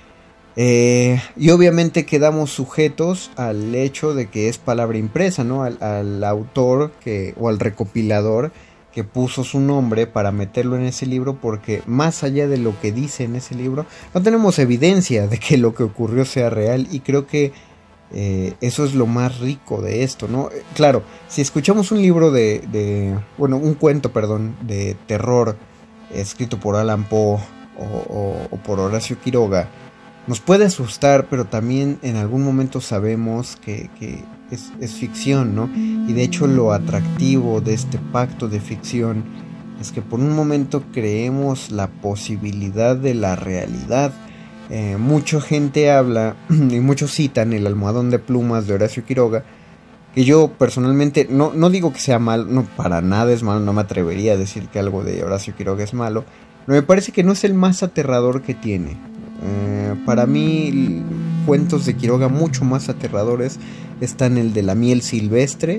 Y obviamente quedamos sujetos al hecho de que es palabra impresa, ¿no? Al autor o al recopilador que puso su nombre para meterlo en ese libro, porque más allá de lo que dice en ese libro, no tenemos evidencia de que lo que ocurrió sea real, y creo que eso es lo más rico de esto, ¿no? Claro, si escuchamos un libro un cuento de terror escrito por Allan Poe o por Horacio Quiroga, nos puede asustar, pero también en algún momento sabemos que es ficción, ¿no? Y de hecho lo atractivo de este pacto de ficción es que por un momento creemos la posibilidad de la realidad. Mucha gente habla y muchos citan El almohadón de plumas de Horacio Quiroga, que yo personalmente no digo que sea malo, no, para nada es malo, no me atrevería a decir que algo de Horacio Quiroga es malo, pero me parece que no es el más aterrador que tiene. Para mí, cuentos de Quiroga mucho más aterradores están el de La miel silvestre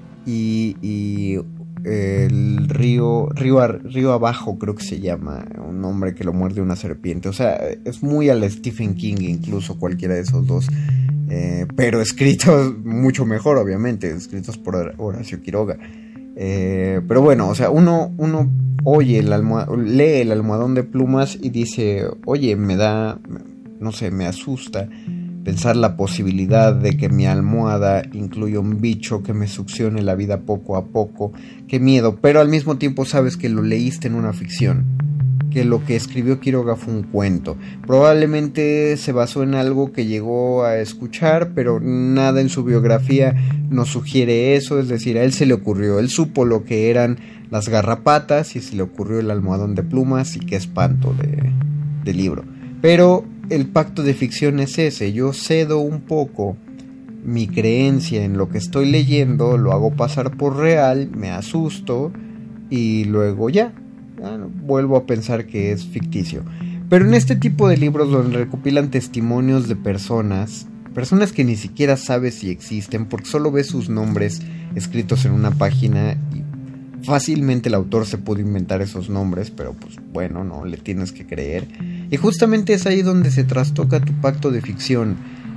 y el río abajo, creo que se llama, un hombre que lo muerde una serpiente. O sea, es muy al Stephen King, incluso cualquiera de esos dos, pero escritos mucho mejor, obviamente, escritos por Horacio Quiroga. Pero bueno, o sea, uno lee El almohadón de plumas y dice, oye, me asusta pensar la posibilidad de que mi almohada incluya un bicho que me succione la vida poco a poco. Qué miedo, pero al mismo tiempo sabes que lo leíste en una ficción, que lo que escribió Quiroga fue un cuento. Probablemente se basó en algo que llegó a escuchar, pero nada en su biografía nos sugiere eso. Es decir, a él se le ocurrió, él supo lo que eran las garrapatas y se le ocurrió El almohadón de plumas, y qué espanto de libro. Pero el pacto de ficción es ese. Yo cedo un poco mi creencia en lo que estoy leyendo, lo hago pasar por real, me asusto y luego ya vuelvo a pensar que es ficticio. Pero en este tipo de libros donde recopilan testimonios de personas que ni siquiera sabes si existen, porque solo ves sus nombres escritos en una página y fácilmente el autor se pudo inventar esos nombres, pero pues bueno, no le tienes que creer. Y justamente es ahí donde se trastoca tu pacto de ficción.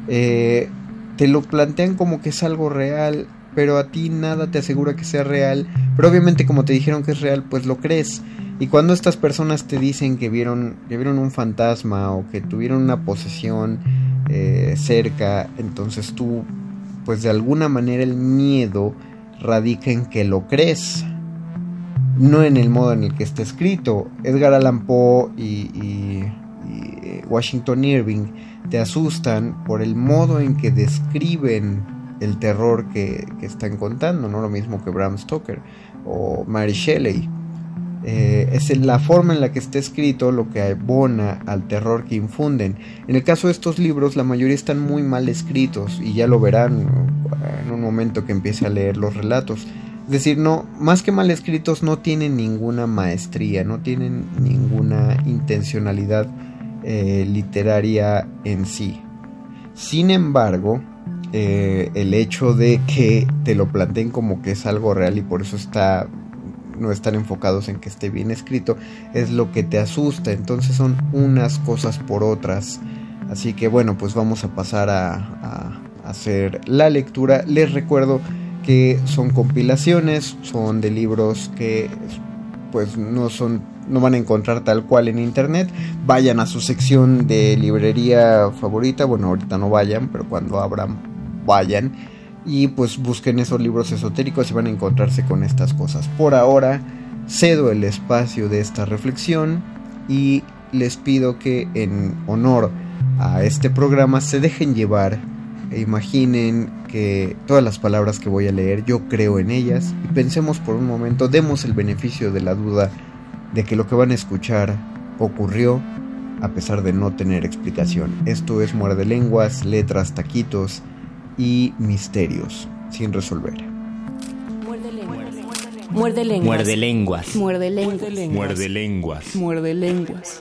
Te lo plantean como que es algo real, pero a ti nada te asegura que sea real. Pero obviamente como te dijeron que es real, pues lo crees. Y cuando estas personas te dicen que vieron un fantasma o que tuvieron una posesión cerca, entonces tú, pues de alguna manera el miedo radica en que lo crees, no en el modo en el que está escrito. Edgar Allan Poe y Washington Irving te asustan por el modo en que describen el terror que están contando, no lo mismo que Bram Stoker o Mary Shelley. Es la forma en la que está escrito lo que abona al terror que infunden. En el caso de estos libros, la mayoría están muy mal escritos, y ya lo verán en un momento que empiece a leer los relatos. Es decir, no, más que mal escritos, no tienen ninguna maestría, no tienen ninguna intencionalidad literaria en sí. Sin embargo, el hecho de que te lo planteen como que es algo real y por eso no están enfocados en que esté bien escrito, es lo que te asusta. Entonces son unas cosas por otras. Así que bueno, pues vamos a pasar a hacer la lectura. Les recuerdo que son compilaciones, son de libros que pues no van a encontrar tal cual en internet. Vayan a su sección de librería favorita. Bueno, ahorita no vayan, pero cuando abran, vayan. Y pues busquen esos libros esotéricos y van a encontrarse con estas cosas. Por ahora cedo el espacio de esta reflexión y les pido que en honor a este programa se dejen llevar e imaginen que todas las palabras que voy a leer yo creo en ellas, y pensemos por un momento, demos el beneficio de la duda de que lo que van a escuchar ocurrió a pesar de no tener explicación. Esto es Muerde Lenguas, letras, taquitos y misterios sin resolver. Muerde lenguas. Muerde lenguas. Muerde lenguas. Muerde lenguas. Muerde lenguas. Muerde lenguas.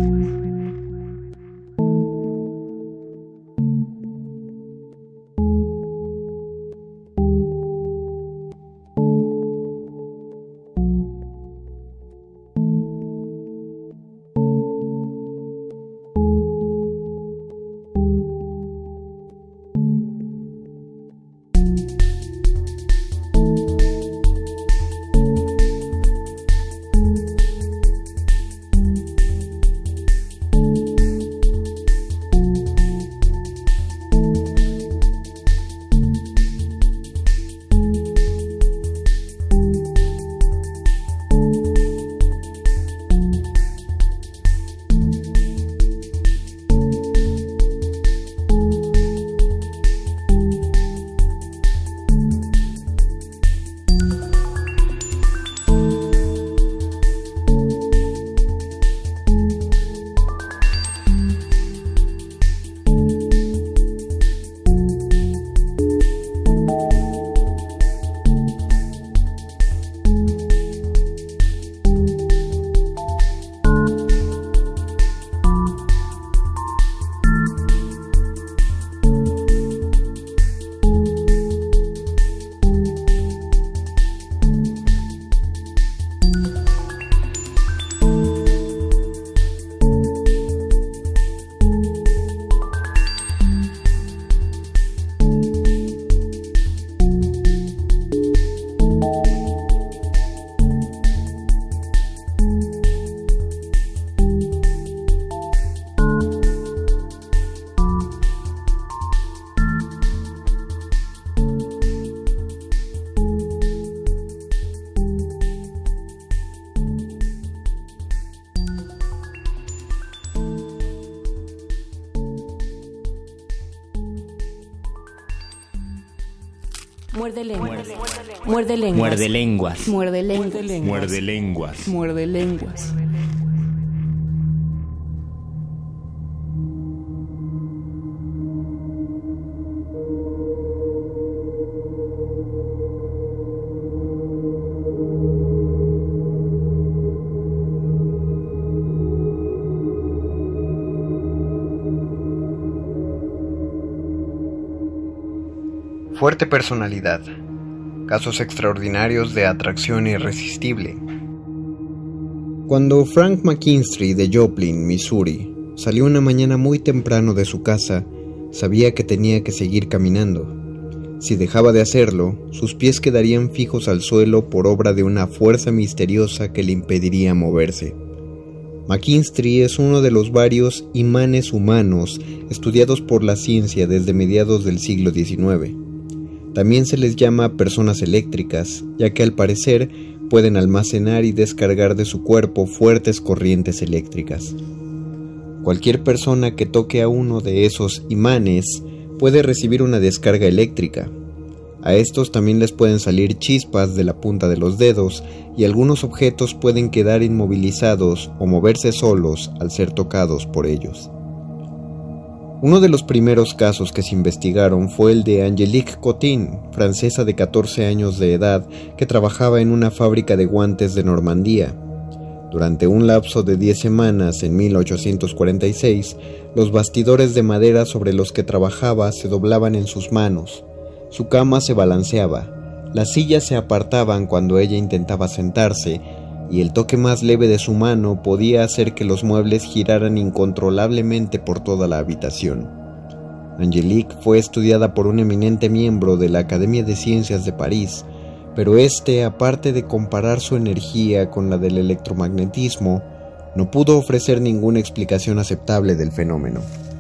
Muerde lenguas. Muerde lenguas. Muerde lenguas. Muerde lenguas. Muerde lenguas. Muerde lenguas. Fuerte personalidad. Casos extraordinarios de atracción irresistible. Cuando Frank McKinstry de Joplin, Missouri, salió una mañana muy temprano de su casa, sabía que tenía que seguir caminando. Si dejaba de hacerlo, sus pies quedarían fijos al suelo por obra de una fuerza misteriosa que le impediría moverse. McKinstry es uno de los varios imanes humanos estudiados por la ciencia desde mediados del siglo XIX. También se les llama personas eléctricas, ya que al parecer pueden almacenar y descargar de su cuerpo fuertes corrientes eléctricas. Cualquier persona que toque a uno de esos imanes puede recibir una descarga eléctrica. A estos también les pueden salir chispas de la punta de los dedos y algunos objetos pueden quedar inmovilizados o moverse solos al ser tocados por ellos. Uno de los primeros casos que se investigaron fue el de Angélique Cotin, francesa de 14 años de edad que trabajaba en una fábrica de guantes de Normandía. Durante un lapso de 10 semanas en 1846, los bastidores de madera sobre los que trabajaba se doblaban en sus manos. Su cama se balanceaba, las sillas se apartaban cuando ella intentaba sentarse, y el toque más leve de su mano podía hacer que los muebles giraran incontrolablemente por toda la habitación. Angélique fue estudiada por un eminente miembro de la Academia de Ciencias de París, pero aparte de comparar su energía con la del electromagnetismo, no pudo ofrecer ninguna explicación aceptable del fenómeno.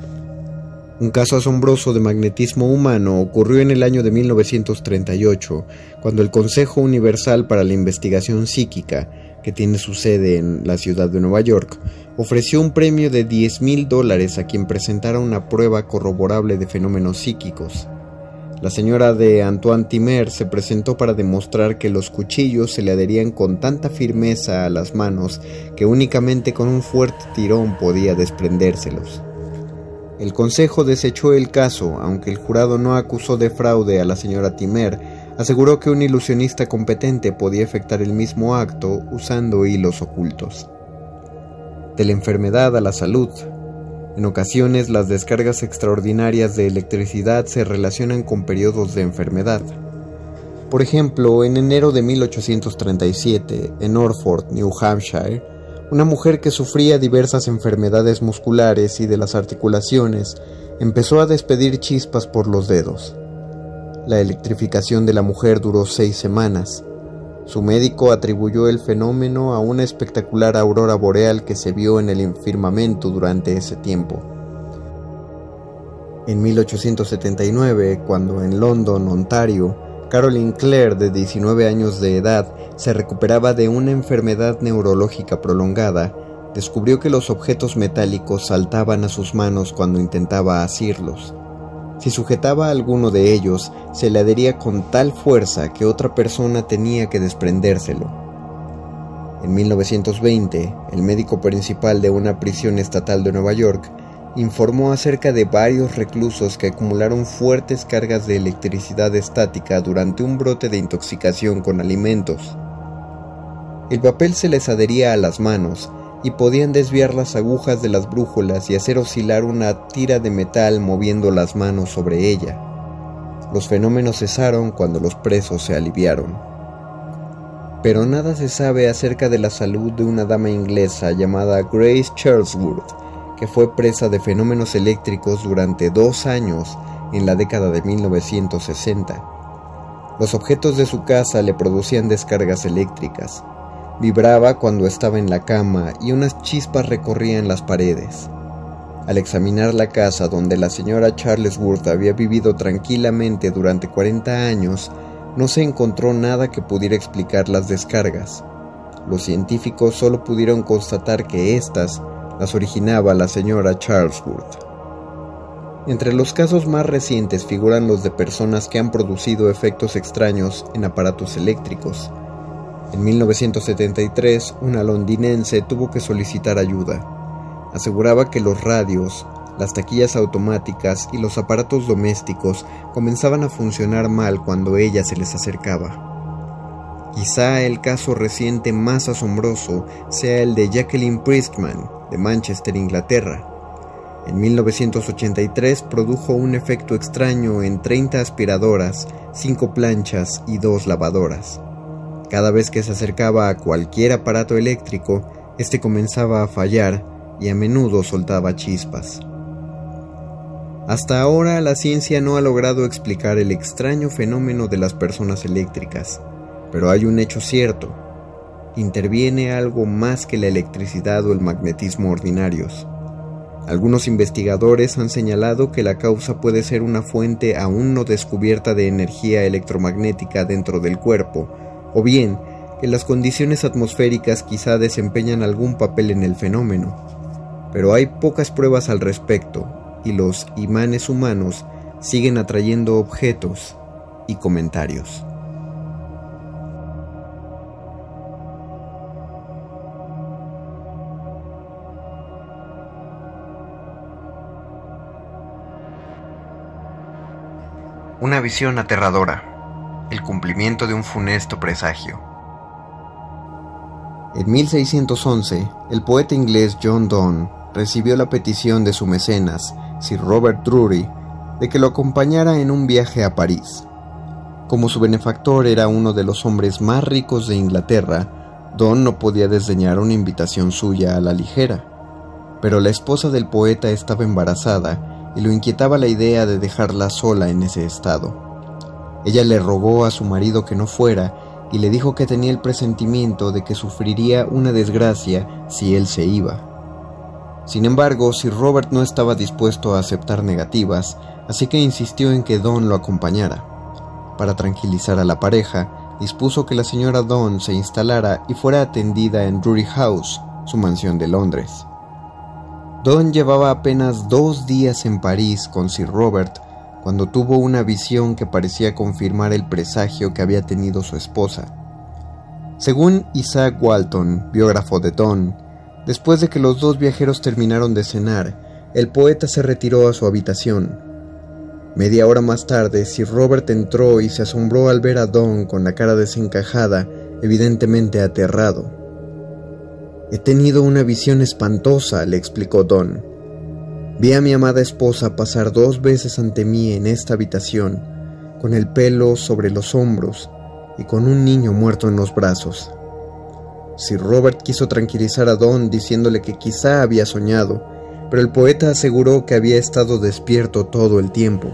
Un caso asombroso de magnetismo humano ocurrió en el año de 1938, cuando el Consejo Universal para la Investigación Psíquica, que tiene su sede en la ciudad de Nueva York, ofreció un premio de $10,000 a quien presentara una prueba corroborable de fenómenos psíquicos. La señora de Antoine Timer se presentó para demostrar que los cuchillos se le adherían con tanta firmeza a las manos que únicamente con un fuerte tirón podía desprendérselos. El consejo desechó el caso, aunque el jurado no acusó de fraude a la señora Timer, aseguró que un ilusionista competente podía efectuar el mismo acto usando hilos ocultos. De la enfermedad a la salud. En ocasiones, las descargas extraordinarias de electricidad se relacionan con periodos de enfermedad. Por ejemplo, en enero de 1837, en Orford, New Hampshire, una mujer que sufría diversas enfermedades musculares y de las articulaciones empezó a despedir chispas por los dedos. La electrificación de la mujer duró 6 semanas. Su médico atribuyó el fenómeno a una espectacular aurora boreal que se vio en el firmamento durante ese tiempo. En 1879, cuando en London, Ontario, Caroline Clare, de 19 años de edad, se recuperaba de una enfermedad neurológica prolongada, descubrió que los objetos metálicos saltaban a sus manos cuando intentaba asirlos. Si sujetaba a alguno de ellos, se le adhería con tal fuerza que otra persona tenía que desprendérselo. En 1920, el médico principal de una prisión estatal de Nueva York informó acerca de varios reclusos que acumularon fuertes cargas de electricidad estática durante un brote de intoxicación con alimentos. El papel se les adhería a las manos y podían desviar las agujas de las brújulas y hacer oscilar una tira de metal moviendo las manos sobre ella. Los fenómenos cesaron cuando los presos se aliviaron. Pero nada se sabe acerca de la salud de una dama inglesa llamada Grace Charlesworth, que fue presa de fenómenos eléctricos durante 2 años en la década de 1960. Los objetos de su casa le producían descargas eléctricas. Vibraba cuando estaba en la cama y unas chispas recorrían las paredes. Al examinar la casa donde la señora Charlesworth había vivido tranquilamente durante 40 años, no se encontró nada que pudiera explicar las descargas. Los científicos solo pudieron constatar que éstas las originaba la señora Charlesworth. Entre los casos más recientes figuran los de personas que han producido efectos extraños en aparatos eléctricos. En 1973, una londinense tuvo que solicitar ayuda. Aseguraba que los radios, las taquillas automáticas y los aparatos domésticos comenzaban a funcionar mal cuando ella se les acercaba. Quizá el caso reciente más asombroso sea el de Jacqueline Priestman, de Manchester, Inglaterra. En 1983 produjo un efecto extraño en 30 aspiradoras, 5 planchas y 2 lavadoras. Cada vez que se acercaba a cualquier aparato eléctrico, este comenzaba a fallar y a menudo soltaba chispas. Hasta ahora la ciencia no ha logrado explicar el extraño fenómeno de las personas eléctricas, pero hay un hecho cierto: interviene algo más que la electricidad o el magnetismo ordinarios. Algunos investigadores han señalado que la causa puede ser una fuente aún no descubierta de energía electromagnética dentro del cuerpo, o bien que las condiciones atmosféricas quizá desempeñan algún papel en el fenómeno. Pero hay pocas pruebas al respecto, y los imanes humanos siguen atrayendo objetos y comentarios. Una visión aterradora, el cumplimiento de un funesto presagio. En 1611, el poeta inglés John Donne recibió la petición de su mecenas, Sir Robert Drury, de que lo acompañara en un viaje a París. Como su benefactor era uno de los hombres más ricos de Inglaterra, Donne no podía desdeñar una invitación suya a la ligera. Pero la esposa del poeta estaba embarazada y lo inquietaba la idea de dejarla sola en ese estado. Ella le rogó a su marido que no fuera y le dijo que tenía el presentimiento de que sufriría una desgracia si él se iba. Sin embargo, Sir Robert no estaba dispuesto a aceptar negativas, así que insistió en que Donne lo acompañara. Para tranquilizar a la pareja, dispuso que la señora Donne se instalara y fuera atendida en Drury House, su mansión de Londres. Donne llevaba apenas 2 días en París con Sir Robert cuando tuvo una visión que parecía confirmar el presagio que había tenido su esposa. Según Isaac Walton, biógrafo de Donne, después de que los 2 viajeros terminaron de cenar, el poeta se retiró a su habitación. Media hora más tarde, Sir Robert entró y se asombró al ver a Donne con la cara desencajada, evidentemente aterrado. «He tenido una visión espantosa», le explicó Donne. «Vi a mi amada esposa pasar 2 veces ante mí en esta habitación, con el pelo sobre los hombros y con un niño muerto en los brazos». Sir Robert quiso tranquilizar a Donne diciéndole que quizá había soñado, pero el poeta aseguró que había estado despierto todo el tiempo.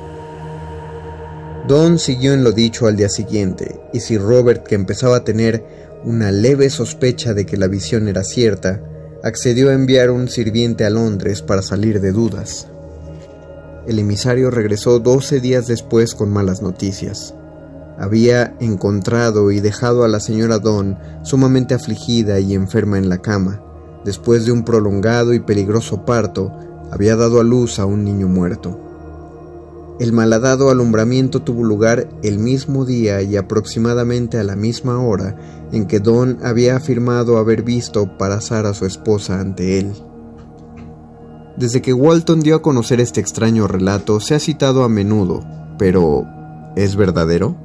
Donne siguió en lo dicho al día siguiente, y Sir Robert, que empezaba a tener una leve sospecha de que la visión era cierta, accedió a enviar un sirviente a Londres para salir de dudas. El emisario regresó 12 días después con malas noticias. Había encontrado y dejado a la señora Donne sumamente afligida y enferma en la cama. Después de un prolongado y peligroso parto, había dado a luz a un niño muerto. El malhadado alumbramiento tuvo lugar el mismo día y aproximadamente a la misma hora en que Donne había afirmado haber visto pasar a su esposa ante él. Desde que Walton dio a conocer este extraño relato, se ha citado a menudo, pero ¿es verdadero?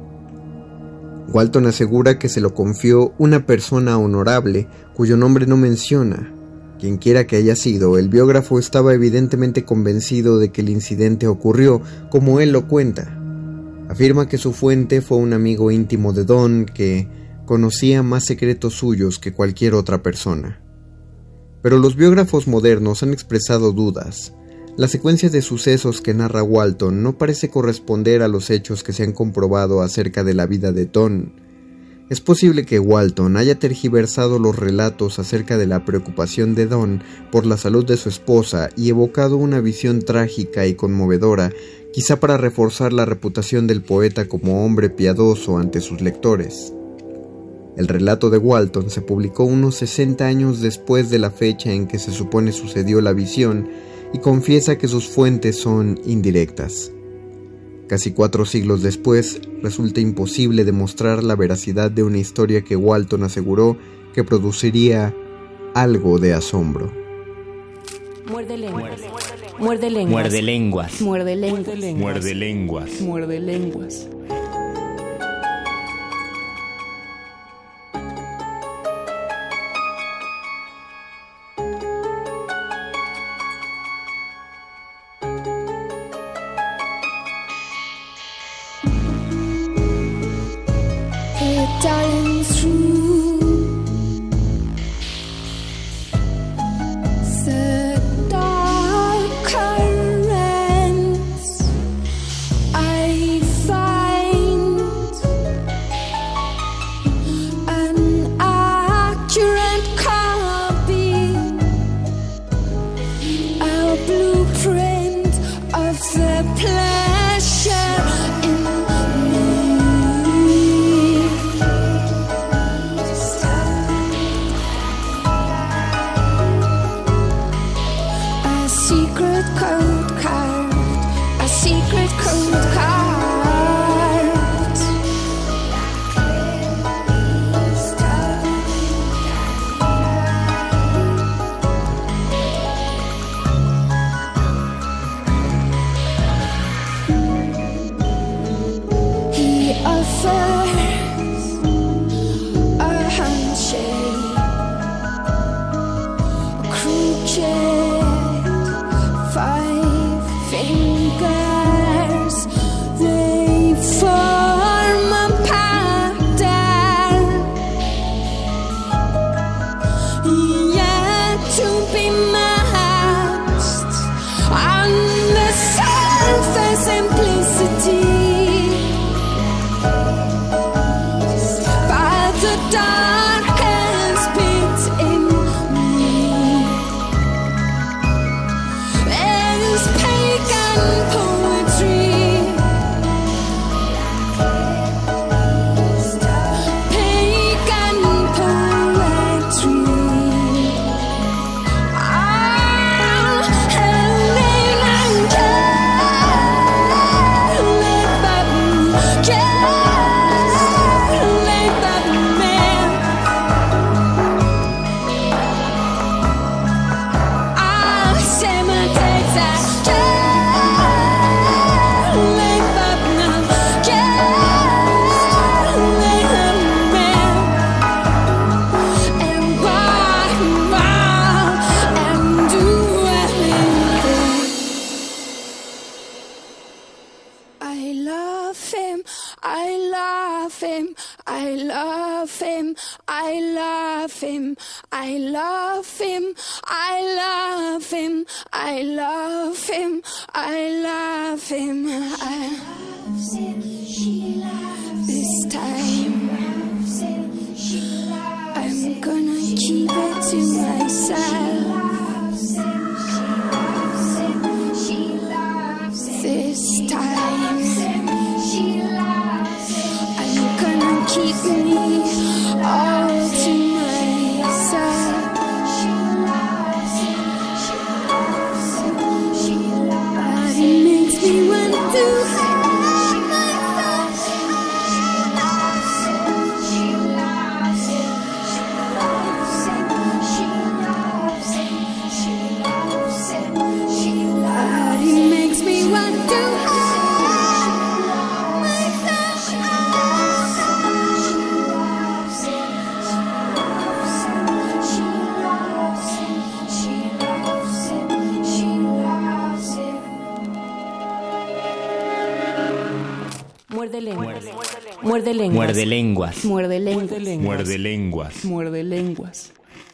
Walton asegura que se lo confió una persona honorable, cuyo nombre no menciona. Quienquiera que haya sido, el biógrafo estaba evidentemente convencido de que el incidente ocurrió como él lo cuenta. Afirma que su fuente fue un amigo íntimo de Donne que conocía más secretos suyos que cualquier otra persona. Pero los biógrafos modernos han expresado dudas. La secuencia de sucesos que narra Walton no parece corresponder a los hechos que se han comprobado acerca de la vida de Donne. Es posible que Walton haya tergiversado los relatos acerca de la preocupación de Donne por la salud de su esposa y evocado una visión trágica y conmovedora, quizá para reforzar la reputación del poeta como hombre piadoso ante sus lectores. El relato de Walton se publicó unos 60 años después de la fecha en que se supone sucedió la visión y confiesa que sus fuentes son indirectas. Casi 4 siglos después, resulta imposible demostrar la veracidad de una historia que Walton aseguró que produciría algo de asombro. Muerde lenguas. Muerde lenguas. Muerde lenguas. Muerde lenguas. Muerde lenguas. Muerde lenguas. darting through the dark currents. I find an accurate copy, a blueprint of the pleasure in secret code carved, a secret code carved. He offers a handshake, a crooked 5 fingers, they form a pattern yet to be matched on the surface simplicity by the darkest bit in me. Is pagan poetry, pagan poetry. Helen and Caleb man. Say my takes that. I love him, I love him, I love him, I love him, I love him, I love him, I love him, I love him, this time I'm gonna keep it to myself. This time I'm gonna keep me all to myself. But it makes me want to hide myself. But it makes me want to Muerde lenguas. Muerde lenguas. Muerde lenguas. Muerde lenguas. Muerde lenguas. Muerde lenguas.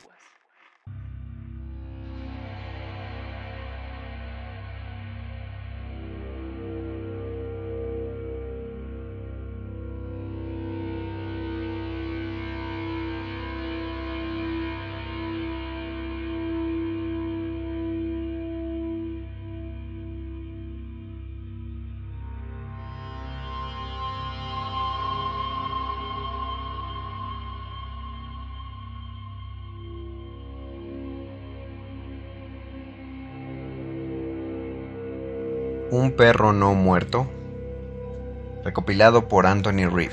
Un perro no muerto, recopilado por Anthony Reeve.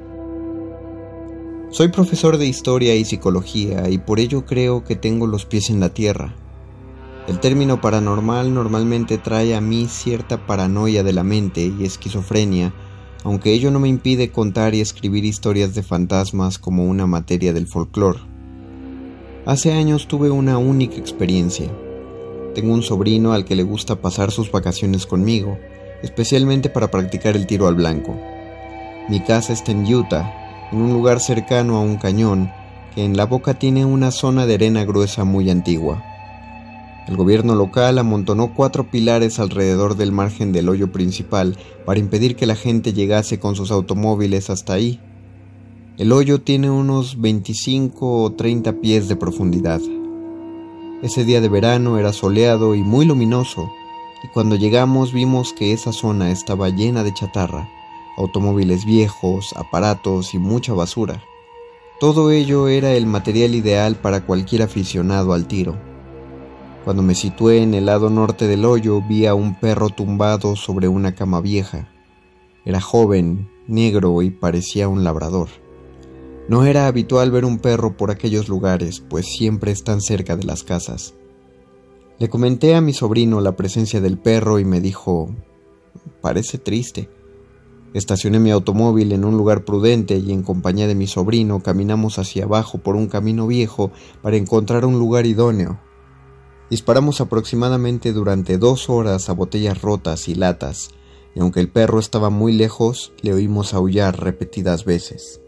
Soy profesor de historia y psicología y por ello creo que tengo los pies en la tierra. El término paranormal normalmente trae a mí cierta paranoia de la mente y esquizofrenia, aunque ello no me impide contar y escribir historias de fantasmas como una materia del folclore. Hace años tuve una única experiencia. Tengo un sobrino al que le gusta pasar sus vacaciones conmigo, especialmente para practicar el tiro al blanco. Mi casa está en Utah, en un lugar cercano a un cañón que en la boca tiene una zona de arena gruesa muy antigua. El gobierno local amontonó 4 pilares alrededor del margen del hoyo principal para impedir que la gente llegase con sus automóviles hasta ahí. El hoyo tiene unos 25 o 30 pies de profundidad. Ese día de verano era soleado y muy luminoso, y cuando llegamos vimos que esa zona estaba llena de chatarra, automóviles viejos, aparatos y mucha basura. Todo ello era el material ideal para cualquier aficionado al tiro. Cuando me situé en el lado norte del hoyo, vi a un perro tumbado sobre una cama vieja. Era joven, negro y parecía un labrador. No era habitual ver un perro por aquellos lugares, pues siempre están cerca de las casas. Le comenté a mi sobrino la presencia del perro y me dijo: «Parece triste». Estacioné mi automóvil en un lugar prudente y en compañía de mi sobrino caminamos hacia abajo por un camino viejo para encontrar un lugar idóneo. Disparamos aproximadamente durante 2 horas a botellas rotas y latas, y aunque el perro estaba muy lejos, le oímos aullar repetidas veces.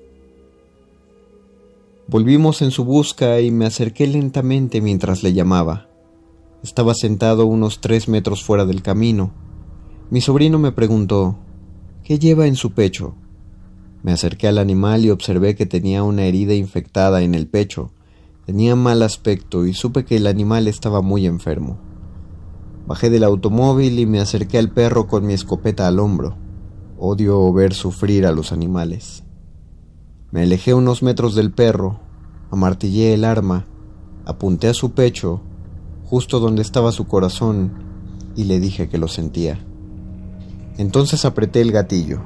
Volvimos en su busca y me acerqué lentamente mientras le llamaba. Estaba sentado unos 3 metros fuera del camino. Mi sobrino me preguntó: «¿Qué lleva en su pecho?». Me acerqué al animal y observé que tenía una herida infectada en el pecho. Tenía mal aspecto y supe que el animal estaba muy enfermo. Bajé del automóvil y me acerqué al perro con mi escopeta al hombro. Odio ver sufrir a los animales. Me alejé unos metros del perro, amartillé el arma, apunté a su pecho, justo donde estaba su corazón, y le dije que lo sentía. Entonces apreté el gatillo.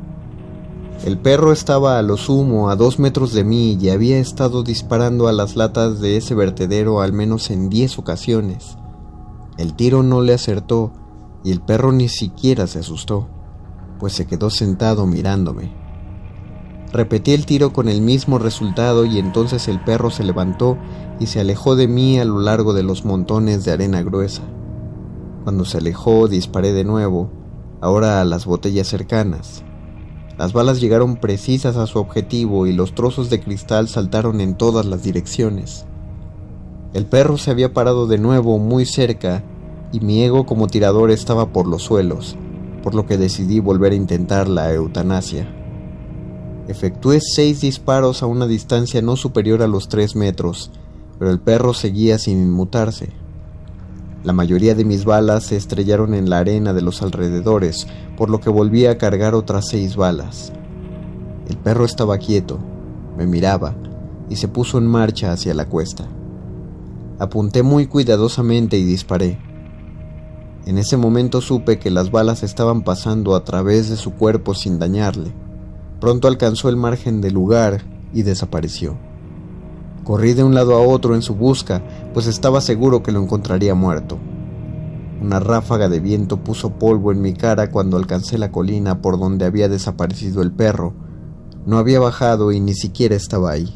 El perro estaba a lo sumo a 2 metros de mí y había estado disparando a las latas de ese vertedero al menos en 10 ocasiones. El tiro no le acertó y el perro ni siquiera se asustó, pues se quedó sentado mirándome. Repetí el tiro con el mismo resultado y entonces el perro se levantó y se alejó de mí a lo largo de los montones de arena gruesa. Cuando se alejó, disparé de nuevo, ahora a las botellas cercanas. Las balas llegaron precisas a su objetivo y los trozos de cristal saltaron en todas las direcciones. El perro se había parado de nuevo muy cerca y mi ego como tirador estaba por los suelos, por lo que decidí volver a intentar la eutanasia. Efectué 6 disparos a una distancia no superior a los 3 metros, pero el perro seguía sin inmutarse. La mayoría de mis balas se estrellaron en la arena de los alrededores, por lo que volví a cargar otras 6 balas. El perro estaba quieto, me miraba y se puso en marcha hacia la cuesta. Apunté muy cuidadosamente y disparé. En ese momento supe que las balas estaban pasando a través de su cuerpo sin dañarle. Pronto alcanzó el margen del lugar y desapareció. Corrí de un lado a otro en su busca, pues estaba seguro que lo encontraría muerto. Una ráfaga de viento puso polvo en mi cara cuando alcancé la colina por donde había desaparecido el perro. No había bajado y ni siquiera estaba ahí.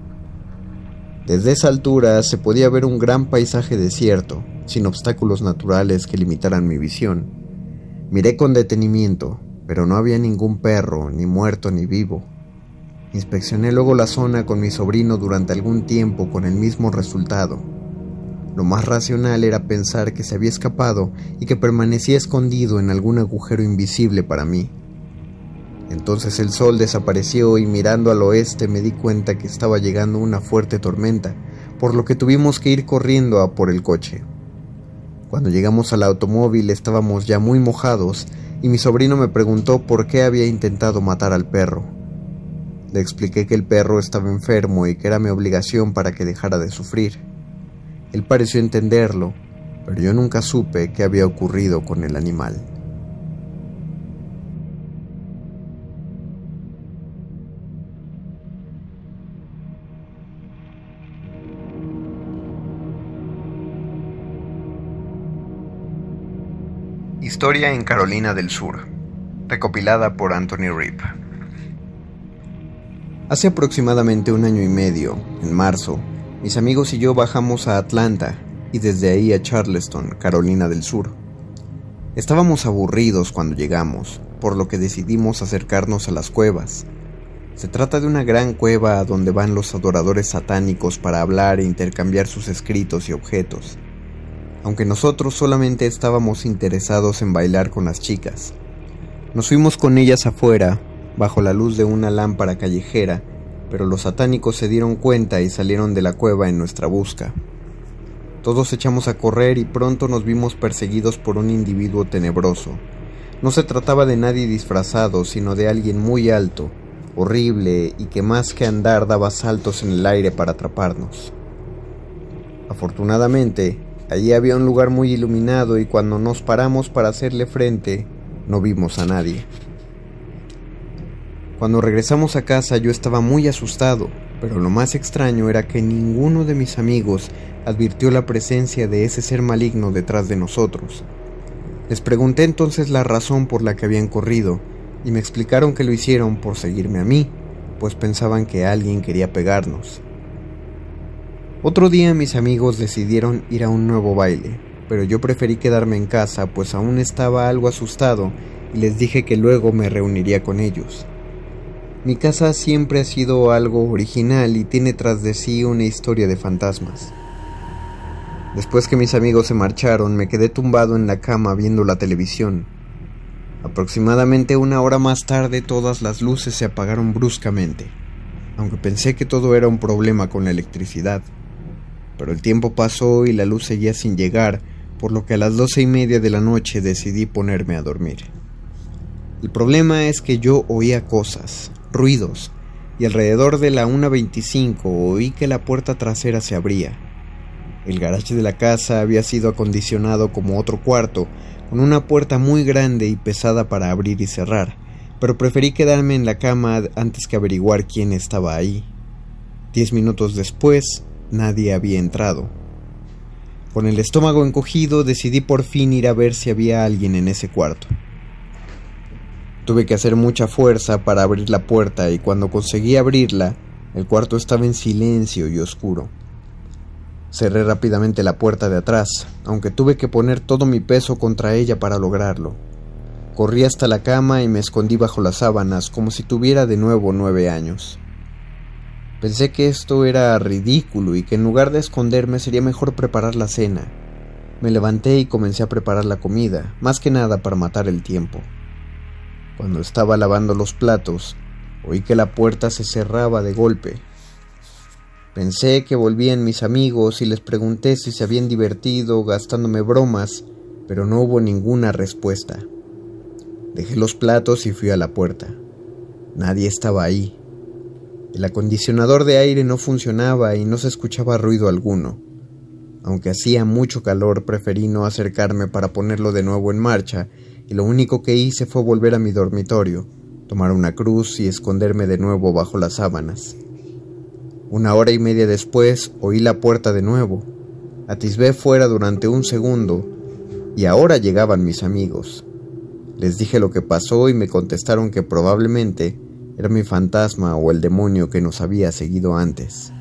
Desde esa altura se podía ver un gran paisaje desierto, sin obstáculos naturales que limitaran mi visión. Miré con detenimiento, pero no había ningún perro, ni muerto ni vivo. Inspeccioné luego la zona con mi sobrino durante algún tiempo con el mismo resultado. Lo más racional era pensar que se había escapado y que permanecía escondido en algún agujero invisible para mí. Entonces el sol desapareció y mirando al oeste me di cuenta que estaba llegando una fuerte tormenta, por lo que tuvimos que ir corriendo a por el coche. Cuando llegamos al automóvil estábamos ya muy mojados y mi sobrino me preguntó por qué había intentado matar al perro. Le expliqué que el perro estaba enfermo y que era mi obligación para que dejara de sufrir. Él pareció entenderlo, pero yo nunca supe qué había ocurrido con el animal. Historia en Carolina del Sur, recopilada por Anthony Rip. Hace aproximadamente 1 año y medio, en marzo, mis amigos y yo bajamos a Atlanta y desde ahí a Charleston, Carolina del Sur. Estábamos aburridos cuando llegamos, por lo que decidimos acercarnos a las cuevas. Se trata de una gran cueva a donde van los adoradores satánicos para hablar e intercambiar sus escritos y objetos, aunque nosotros solamente estábamos interesados en bailar con las chicas. Nos fuimos con ellas afuera, bajo la luz de una lámpara callejera, pero los satánicos se dieron cuenta y salieron de la cueva en nuestra busca. Todos echamos a correr y pronto nos vimos perseguidos por un individuo tenebroso. No se trataba de nadie disfrazado, sino de alguien muy alto, horrible y que más que andar daba saltos en el aire para atraparnos. Afortunadamente, allí había un lugar muy iluminado y cuando nos paramos para hacerle frente, no vimos a nadie. Cuando regresamos a casa yo estaba muy asustado, pero lo más extraño era que ninguno de mis amigos advirtió la presencia de ese ser maligno detrás de nosotros. Les pregunté entonces la razón por la que habían corrido, y me explicaron que lo hicieron por seguirme a mí, pues pensaban que alguien quería pegarnos. Otro día mis amigos decidieron ir a un nuevo baile, pero yo preferí quedarme en casa, pues aún estaba algo asustado, y les dije que luego me reuniría con ellos. Mi casa siempre ha sido algo original y tiene tras de sí una historia de fantasmas. Después que mis amigos se marcharon, me quedé tumbado en la cama viendo la televisión. Aproximadamente 1 hora más tarde todas las luces se apagaron bruscamente, aunque pensé que todo era un problema con la electricidad. Pero el tiempo pasó y la luz seguía sin llegar, por lo que a las 12:30 de la noche decidí ponerme a dormir. El problema es que yo oía cosas, ruidos, y alrededor de la 1:25 oí que la puerta trasera se abría. El garaje de la casa había sido acondicionado como otro cuarto, con una puerta muy grande y pesada para abrir y cerrar, pero preferí quedarme en la cama antes que averiguar quién estaba ahí. 10 minutos después, nadie había entrado. Con el estómago encogido, decidí por fin ir a ver si había alguien en ese cuarto. Tuve que hacer mucha fuerza para abrir la puerta y cuando conseguí abrirla, el cuarto estaba en silencio y oscuro. Cerré rápidamente la puerta de atrás, aunque tuve que poner todo mi peso contra ella para lograrlo. Corrí hasta la cama y me escondí bajo las sábanas como si tuviera de nuevo 9 años. Pensé que esto era ridículo y que en lugar de esconderme sería mejor preparar la cena. Me levanté y comencé a preparar la comida, más que nada para matar el tiempo. Cuando estaba lavando los platos, oí que la puerta se cerraba de golpe. Pensé que volvían mis amigos y les pregunté si se habían divertido gastándome bromas, pero no hubo ninguna respuesta. Dejé los platos y fui a la puerta. Nadie estaba ahí. El acondicionador de aire no funcionaba y no se escuchaba ruido alguno. Aunque hacía mucho calor, preferí no acercarme para ponerlo de nuevo en marcha, y lo único que hice fue volver a mi dormitorio, tomar una cruz y esconderme de nuevo bajo las sábanas. 1 hora y media después, oí la puerta de nuevo. Atisbé fuera durante 1 segundo, y ahora llegaban mis amigos. Les dije lo que pasó y me contestaron que probablemente era mi fantasma o el demonio que nos había seguido antes.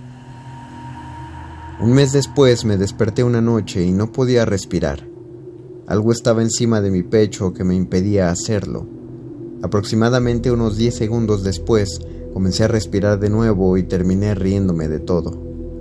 1 mes después me desperté una noche y no podía respirar. Algo estaba encima de mi pecho que me impedía hacerlo. Aproximadamente unos 10 segundos después, comencé a respirar de nuevo y terminé riéndome de todo.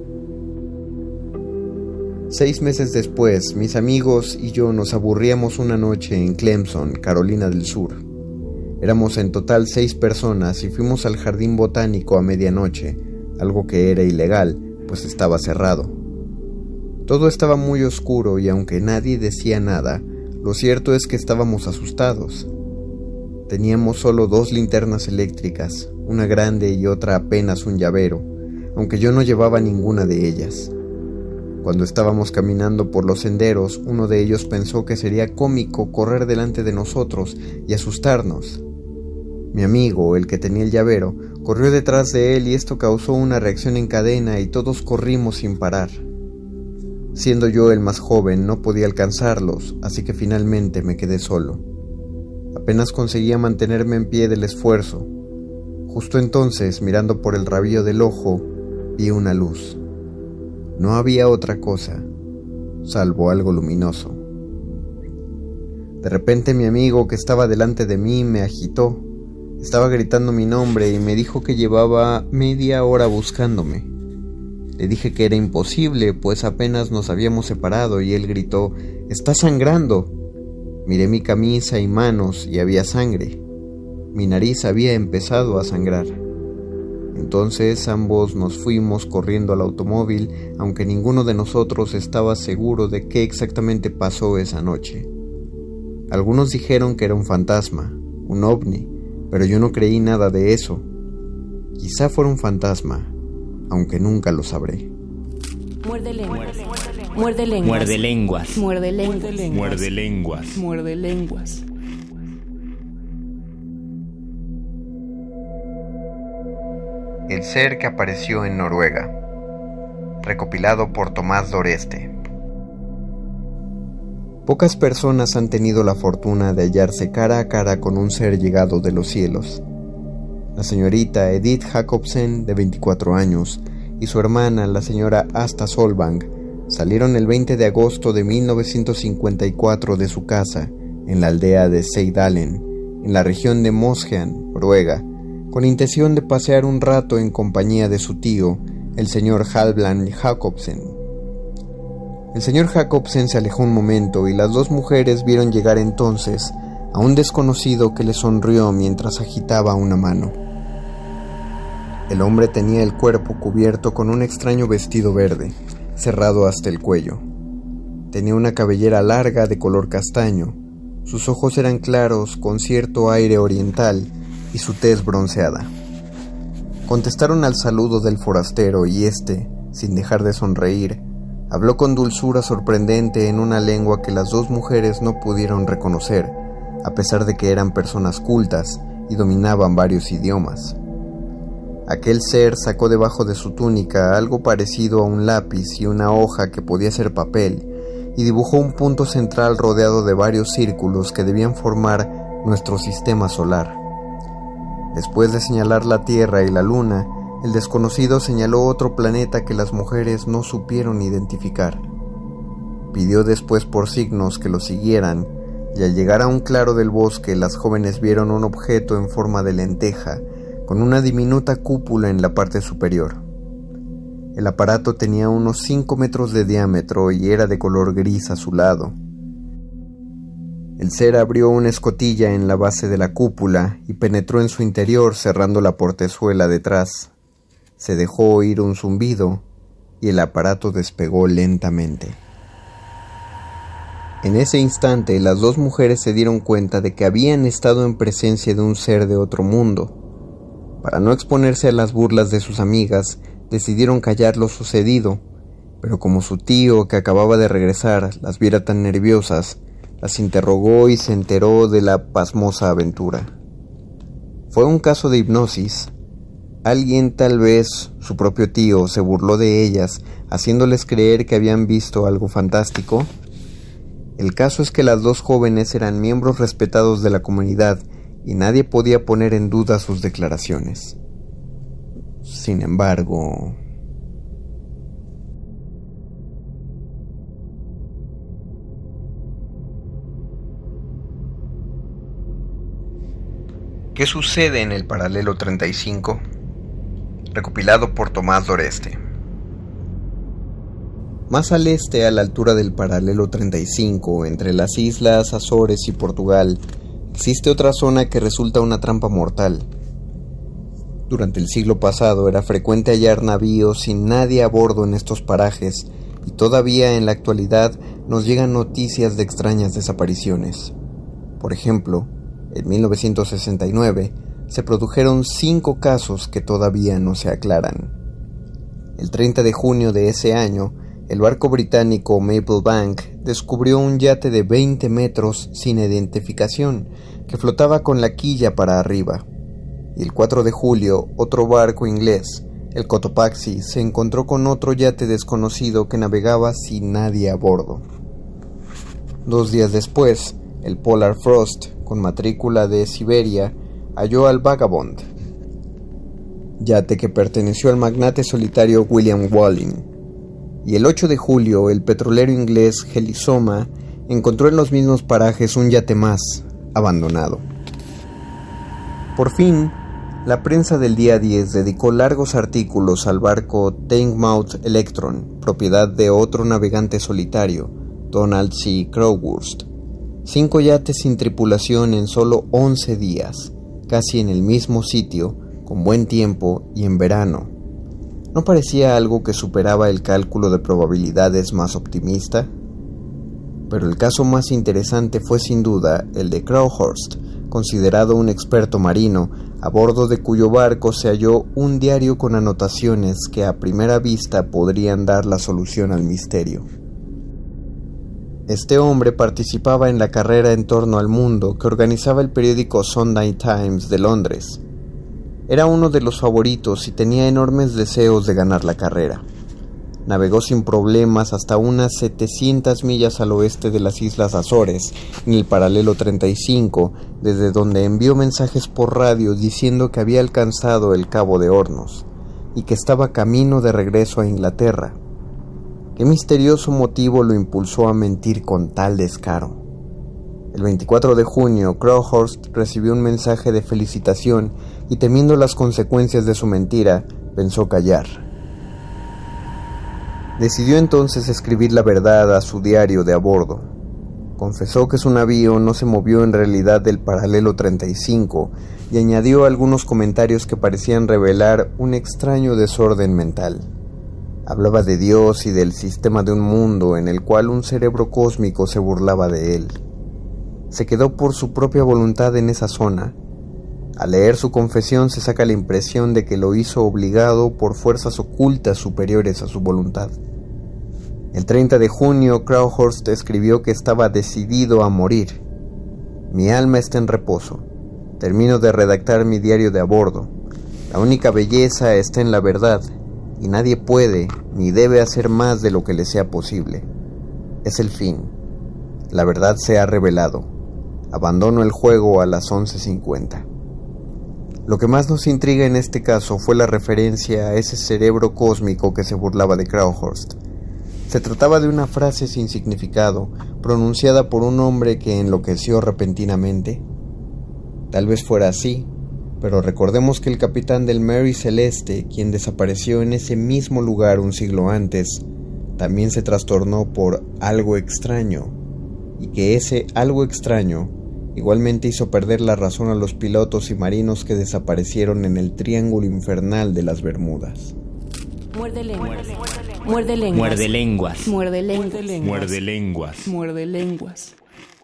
6 meses después, mis amigos y yo nos aburríamos una noche en Clemson, Carolina del Sur. Éramos en total 6 personas y fuimos al jardín botánico a medianoche, algo que era ilegal, pues estaba cerrado. Todo estaba muy oscuro y aunque nadie decía nada, lo cierto es que estábamos asustados. Teníamos solo 2 linternas eléctricas, una grande y otra apenas un llavero, aunque yo no llevaba ninguna de ellas. Cuando estábamos caminando por los senderos, uno de ellos pensó que sería cómico correr delante de nosotros y asustarnos. Mi amigo, el que tenía el llavero, corrió detrás de él y esto causó una reacción en cadena y todos corrimos sin parar. Siendo yo el más joven, no podía alcanzarlos, así que finalmente me quedé solo. Apenas conseguía mantenerme en pie del esfuerzo. Justo entonces, mirando por el rabillo del ojo, vi una luz. No había otra cosa, salvo algo luminoso. De repente mi amigo que estaba delante de mí me agitó. Estaba gritando mi nombre y me dijo que llevaba media hora buscándome. Le dije que era imposible, pues apenas nos habíamos separado, y él gritó: «¡Está sangrando!». Miré mi camisa y manos y había sangre. Mi nariz había empezado a sangrar. Entonces ambos nos fuimos corriendo al automóvil, aunque ninguno de nosotros estaba seguro de qué exactamente pasó esa noche. Algunos dijeron que era un fantasma, un ovni, pero yo no creí nada de eso. Quizá fuera un fantasma, aunque nunca lo sabré. Muerde lenguas. Muerde lenguas. Muerde lenguas. Muerde lenguas. Muerde lenguas. Muerde lenguas. El ser que apareció en Noruega. Recopilado por Tomás Doreste. Pocas personas han tenido la fortuna de hallarse cara a cara con un ser llegado de los cielos. La señorita Edith Jacobsen, de 24 años, y su hermana, la señora Asta Solvang, salieron el 20 de agosto de 1954 de su casa, en la aldea de Seidalen, en la región de Mosjøen, Noruega, con intención de pasear un rato en compañía de su tío, el señor Halvdan Jacobsen. El señor Jacobsen se alejó un momento y las dos mujeres vieron llegar entonces a un desconocido que le sonrió mientras agitaba una mano. El hombre tenía el cuerpo cubierto con un extraño vestido verde, cerrado hasta el cuello. Tenía una cabellera larga de color castaño, sus ojos eran claros con cierto aire oriental y su tez bronceada. Contestaron al saludo del forastero y éste, sin dejar de sonreír, habló con dulzura sorprendente en una lengua que las dos mujeres no pudieron reconocer, a pesar de que eran personas cultas y dominaban varios idiomas. Aquel ser sacó debajo de su túnica algo parecido a un lápiz y una hoja que podía ser papel, y dibujó un punto central rodeado de varios círculos que debían formar nuestro sistema solar. Después de señalar la Tierra y la Luna, el desconocido señaló otro planeta que las mujeres no supieron identificar. Pidió después por signos que lo siguieran, y al llegar a un claro del bosque, las jóvenes vieron un objeto en forma de lenteja, con una diminuta cúpula en la parte superior. El aparato tenía unos 5 metros de diámetro y era de color gris azulado. El ser abrió una escotilla en la base de la cúpula y penetró en su interior cerrando la portezuela detrás. Se dejó oír un zumbido y el aparato despegó lentamente. En ese instante, las dos mujeres se dieron cuenta de que habían estado en presencia de un ser de otro mundo. Para no exponerse a las burlas de sus amigas, decidieron callar lo sucedido, pero como su tío, que acababa de regresar, las viera tan nerviosas, las interrogó y se enteró de la pasmosa aventura. Fue un caso de hipnosis. Alguien, tal vez su propio tío, se burló de ellas, haciéndoles creer que habían visto algo fantástico. El caso es que las dos jóvenes eran miembros respetados de la comunidad y nadie podía poner en duda sus declaraciones. Sin embargo... ¿Qué sucede en el paralelo 35? Recopilado por Tomás Doreste. Más al este, a la altura del paralelo 35, entre las islas Azores y Portugal, existe otra zona que resulta una trampa mortal. Durante el siglo pasado era frecuente hallar navíos sin nadie a bordo en estos parajes, y todavía en la actualidad nos llegan noticias de extrañas desapariciones. Por ejemplo, en 1969 se produjeron 5 casos que todavía no se aclaran. El 30 de junio de ese año, el barco británico Maple Bank descubrió un yate de 20 metros sin identificación que flotaba con la quilla para arriba. Y el 4 de julio, otro barco inglés, el Cotopaxi, se encontró con otro yate desconocido que navegaba sin nadie a bordo. 2 días después, el Polar Frost, con matrícula de Siberia, halló al Vagabond, yate que perteneció al magnate solitario William Walling. Y el 8 de julio, el petrolero inglés Helisoma encontró en los mismos parajes un yate más, abandonado. Por fin, la prensa del día 10 dedicó largos artículos al barco Teignmouth Electron, propiedad de otro navegante solitario, Donald C. Crowhurst. 5 yates sin tripulación en solo 11 días, casi en el mismo sitio, con buen tiempo y en verano. ¿No parecía algo que superaba el cálculo de probabilidades más optimista? Pero el caso más interesante fue sin duda el de Crowhurst, considerado un experto marino, a bordo de cuyo barco se halló un diario con anotaciones que a primera vista podrían dar la solución al misterio. Este hombre participaba en la carrera en torno al mundo que organizaba el periódico Sunday Times de Londres. Era uno de los favoritos y tenía enormes deseos de ganar la carrera. Navegó sin problemas hasta unas 700 millas al oeste de las Islas Azores, en el paralelo 35, desde donde envió mensajes por radio diciendo que había alcanzado el Cabo de Hornos y que estaba camino de regreso a Inglaterra. ¿Qué misterioso motivo lo impulsó a mentir con tal descaro? El 24 de junio, Crowhurst recibió un mensaje de felicitación y, temiendo las consecuencias de su mentira, pensó callar. Decidió entonces escribir la verdad a su diario de a bordo. Confesó que su navío no se movió en realidad del paralelo 35 y añadió algunos comentarios que parecían revelar un extraño desorden mental. Hablaba de Dios y del sistema de un mundo en el cual un cerebro cósmico se burlaba de él. Se quedó por su propia voluntad en esa zona. Al leer su confesión se saca la impresión de que lo hizo obligado por fuerzas ocultas superiores a su voluntad. El 30 de junio, Crowhurst escribió que estaba decidido a morir. Mi alma está en reposo. Termino de redactar mi diario de a bordo. La única belleza está en la verdad, y nadie puede ni debe hacer más de lo que le sea posible. Es el fin. La verdad se ha revelado. Abandono el juego a las 11:50. Lo que más nos intriga en este caso fue la referencia a ese cerebro cósmico que se burlaba de Crowhurst. Se trataba de una frase sin significado, pronunciada por un hombre que enloqueció repentinamente. Tal vez fuera así, pero recordemos que el capitán del Mary Celeste, quien desapareció en ese mismo lugar un siglo antes, también se trastornó por algo extraño, y que ese algo extraño igualmente hizo perder la razón a los pilotos y marinos que desaparecieron en el Triángulo Infernal de las Bermudas. Muerde lenguas. Muerde lenguas. Muerde lenguas. Muerde lenguas. Muerde lenguas. Muerde lenguas.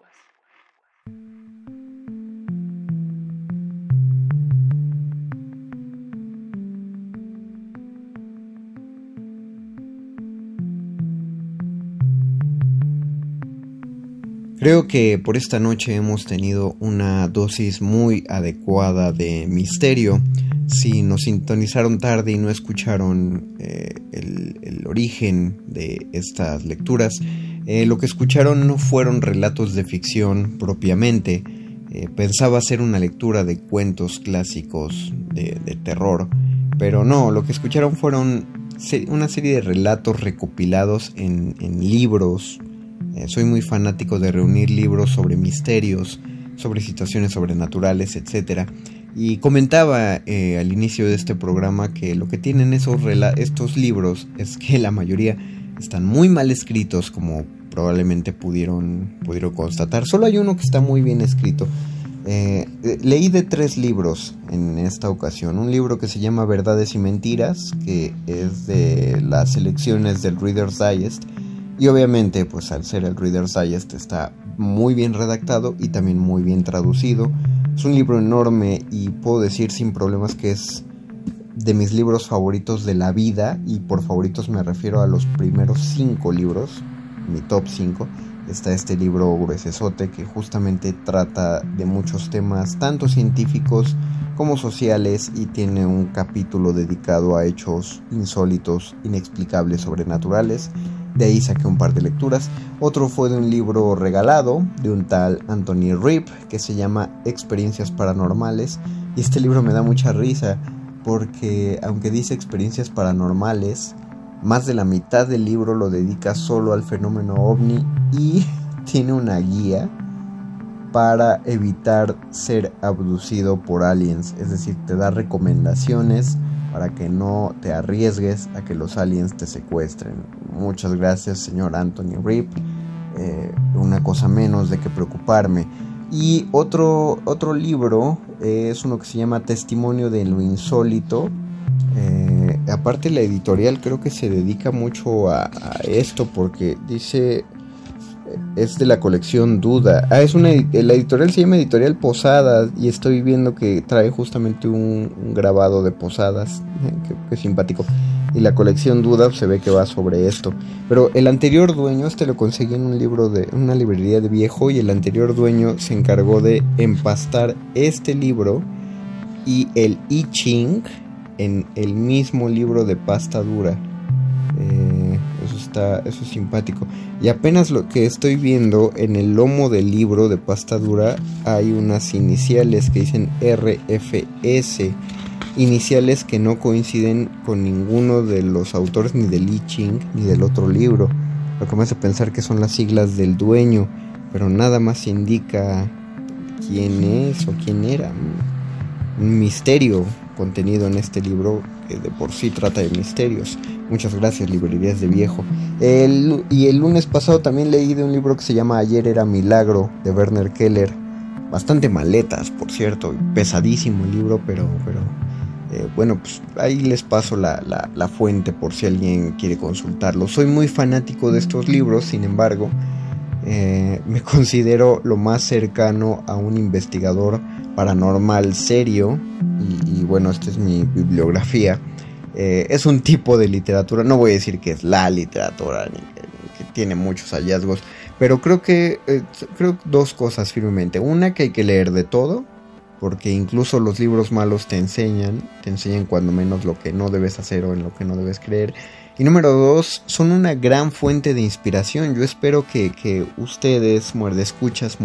Creo que por esta noche hemos tenido una dosis muy adecuada de misterio. Si nos sintonizaron tarde y no escucharon el origen de estas lecturas, lo que escucharon no fueron relatos de ficción propiamente. Pensaba hacer una lectura de cuentos clásicos de terror, pero no, lo que escucharon fueron una serie de relatos recopilados en libros. Soy muy fanático de reunir libros sobre misterios, sobre situaciones sobrenaturales, etc. Y comentaba al inicio de este programa que lo que tienen estos libros es que la mayoría están muy mal escritos, como probablemente pudieron constatar. Solo hay uno que está muy bien escrito. Leí de 3 libros en esta ocasión. Un libro que se llama Verdades y Mentiras, que es de las selecciones del Reader's Digest. Y obviamente, pues al ser el Reader's Digest, está muy bien redactado y también muy bien traducido. Es un libro enorme y puedo decir sin problemas que es de mis libros favoritos de la vida. Y por favoritos me refiero a los primeros 5 libros, mi top 5. Está este libro gruesote que justamente trata de muchos temas, tanto científicos como sociales, y tiene un capítulo dedicado a hechos insólitos, inexplicables, sobrenaturales. De ahí saqué un par de lecturas. Otro fue de un libro regalado de un tal Anthony Rip que se llama Experiencias Paranormales. Y este libro me da mucha risa porque aunque dice experiencias paranormales, más de la mitad del libro lo dedica solo al fenómeno ovni y tiene una guía para evitar ser abducido por aliens. Es decir, te da recomendaciones para que no te arriesgues a que los aliens te secuestren. Muchas gracias, señor Anthony Rip. Una cosa menos de que preocuparme. Y otro libro es uno que se llama Testimonio de lo Insólito. Aparte, la editorial creo que se dedica mucho a esto, porque dice, es de la colección Duda. La editorial se llama Editorial Posadas, y estoy viendo que trae justamente un grabado de Posadas, que es simpático. Y la colección Duda se ve que va sobre esto. Pero el anterior dueño, lo conseguí en un libro de una librería de viejo, y el anterior dueño se encargó de empastar este libro y el I Ching en el mismo libro de pasta dura. Eso es simpático. Y apenas lo que estoy viendo, en el lomo del libro de pasta dura hay unas iniciales que dicen RFS, iniciales que no coinciden con ninguno de los autores, ni del I Ching ni del otro libro, lo que me hace pensar que son las siglas del dueño, pero nada más indica quién es o quién era. Un misterio contenido en este libro, que de por sí trata de misterios. Muchas gracias, librerías de viejo. Y el lunes pasado también leí de un libro que se llama Ayer era milagro, de Werner Keller. Bastante maletas, por cierto, pesadísimo el libro, pero bueno, pues ahí les paso la fuente por si alguien quiere consultarlo. Soy muy fanático de estos libros, sin embargo, me considero lo más cercano a un investigador paranormal serio, y bueno, esta es mi bibliografía. Es un tipo de literatura, no voy a decir que es la literatura, ni que tiene muchos hallazgos, pero creo dos cosas firmemente. Una, que hay que leer de todo, porque incluso los libros malos te enseñan cuando menos lo que no debes hacer o en lo que no debes creer. Y número dos, son una gran fuente de inspiración. Yo espero que ustedes, muerdescuchos,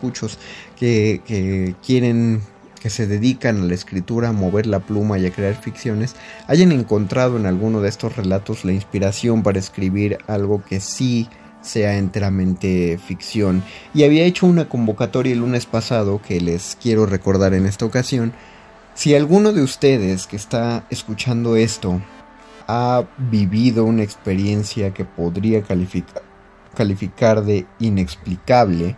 que quieren, que se dedican a la escritura, a mover la pluma y a crear ficciones, hayan encontrado en alguno de estos relatos la inspiración para escribir algo que sí sea enteramente ficción. Y había hecho una convocatoria el lunes pasado que les quiero recordar en esta ocasión. Si alguno de ustedes que está escuchando esto ha vivido una experiencia que podría calificar de inexplicable,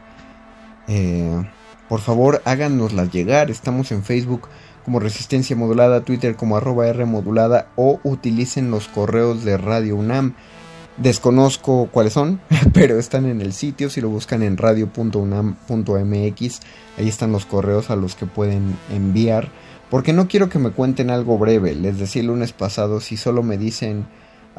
por favor háganosla llegar. Estamos en Facebook como Resistencia Modulada, Twitter como @Rmodulada, o utilicen los correos de Radio UNAM. Desconozco cuáles son, pero están en el sitio. Si lo buscan en radio.unam.mx, ahí están los correos a los que pueden enviar. Porque no quiero que me cuenten algo breve. Les decía el lunes pasado, si solo me dicen,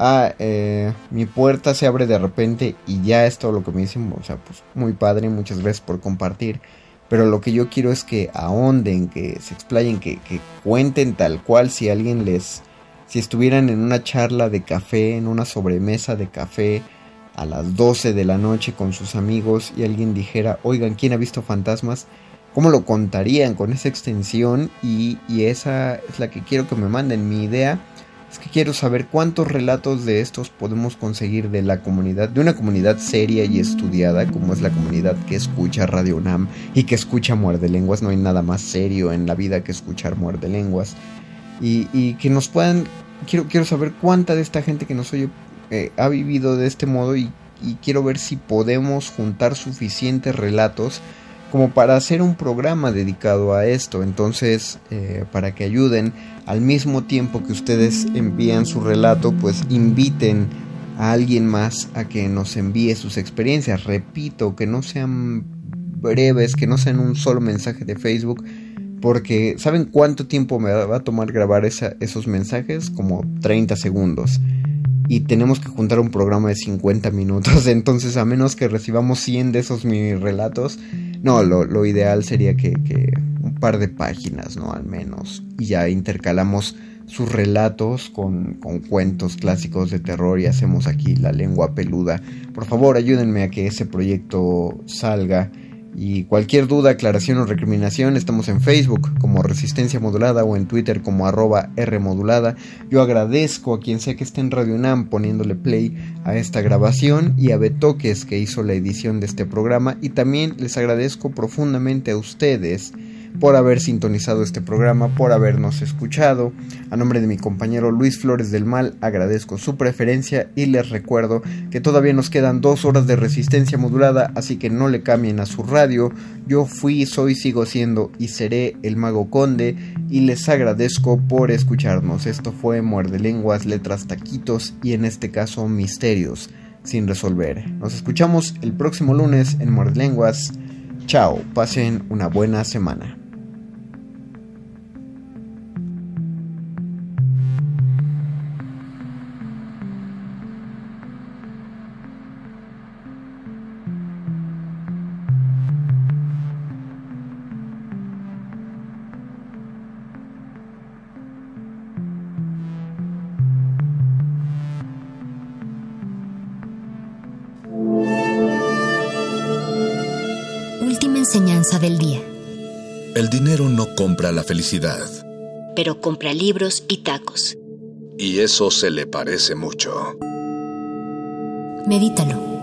mi puerta se abre de repente y ya es todo lo que me dicen, o sea, pues muy padre, muchas gracias por compartir. Pero lo que yo quiero es que ahonden, que se explayen, que cuenten tal cual. Si estuvieran en una charla de café, en una sobremesa de café a las 12 de la noche con sus amigos, y alguien dijera, oigan, ¿quién ha visto fantasmas? ¿Cómo lo contarían con esa extensión? Y esa es la que quiero que me manden. Mi idea es que quiero saber cuántos relatos de estos podemos conseguir de la comunidad, de una comunidad seria y estudiada, como es la comunidad que escucha Radio UNAM y que escucha Muerde Lenguas. No hay nada más serio en la vida que escuchar Muerde Lenguas. Y que nos puedan, quiero saber cuánta de esta gente que nos oye ha vivido de este modo, y quiero ver si podemos juntar suficientes relatos como para hacer un programa dedicado a esto. Entonces, para que ayuden, al mismo tiempo que ustedes envían su relato, pues inviten a alguien más a que nos envíe sus experiencias. Repito, que no sean breves, que no sean un solo mensaje de Facebook, porque ¿saben cuánto tiempo me va a tomar grabar esos mensajes? Como 30 segundos. Y tenemos que juntar un programa de 50 minutos. Entonces, a menos que recibamos 100 de esos mini relatos, no, lo ideal sería que un par de páginas, ¿no? Al menos. Y ya intercalamos sus relatos con cuentos clásicos de terror y hacemos aquí La Lengua Peluda. Por favor, ayúdenme a que ese proyecto salga Y cualquier duda, aclaración o recriminación, estamos en Facebook como Resistencia Modulada o en Twitter como @Rmodulada. Yo agradezco a quien sea que esté en Radio UNAM poniéndole play a esta grabación y a Betoques, que hizo la edición de este programa, y también les agradezco profundamente a ustedes por haber sintonizado este programa, por habernos escuchado. A nombre de mi compañero Luis Flores del Mal, agradezco su preferencia y les recuerdo que todavía nos quedan 2 horas de Resistencia Modulada, así que no le cambien a su radio. Yo fui, soy, sigo siendo y seré el Mago Conde, y les agradezco por escucharnos. Esto fue Muerde Lenguas, Letras, Taquitos y en este caso Misterios sin resolver. Nos escuchamos el próximo lunes en Muerde Lenguas. Chao, pasen una buena semana. Enseñanza del día. El dinero no compra la felicidad, pero compra libros y tacos. y eso se le parece mucho. Medítalo.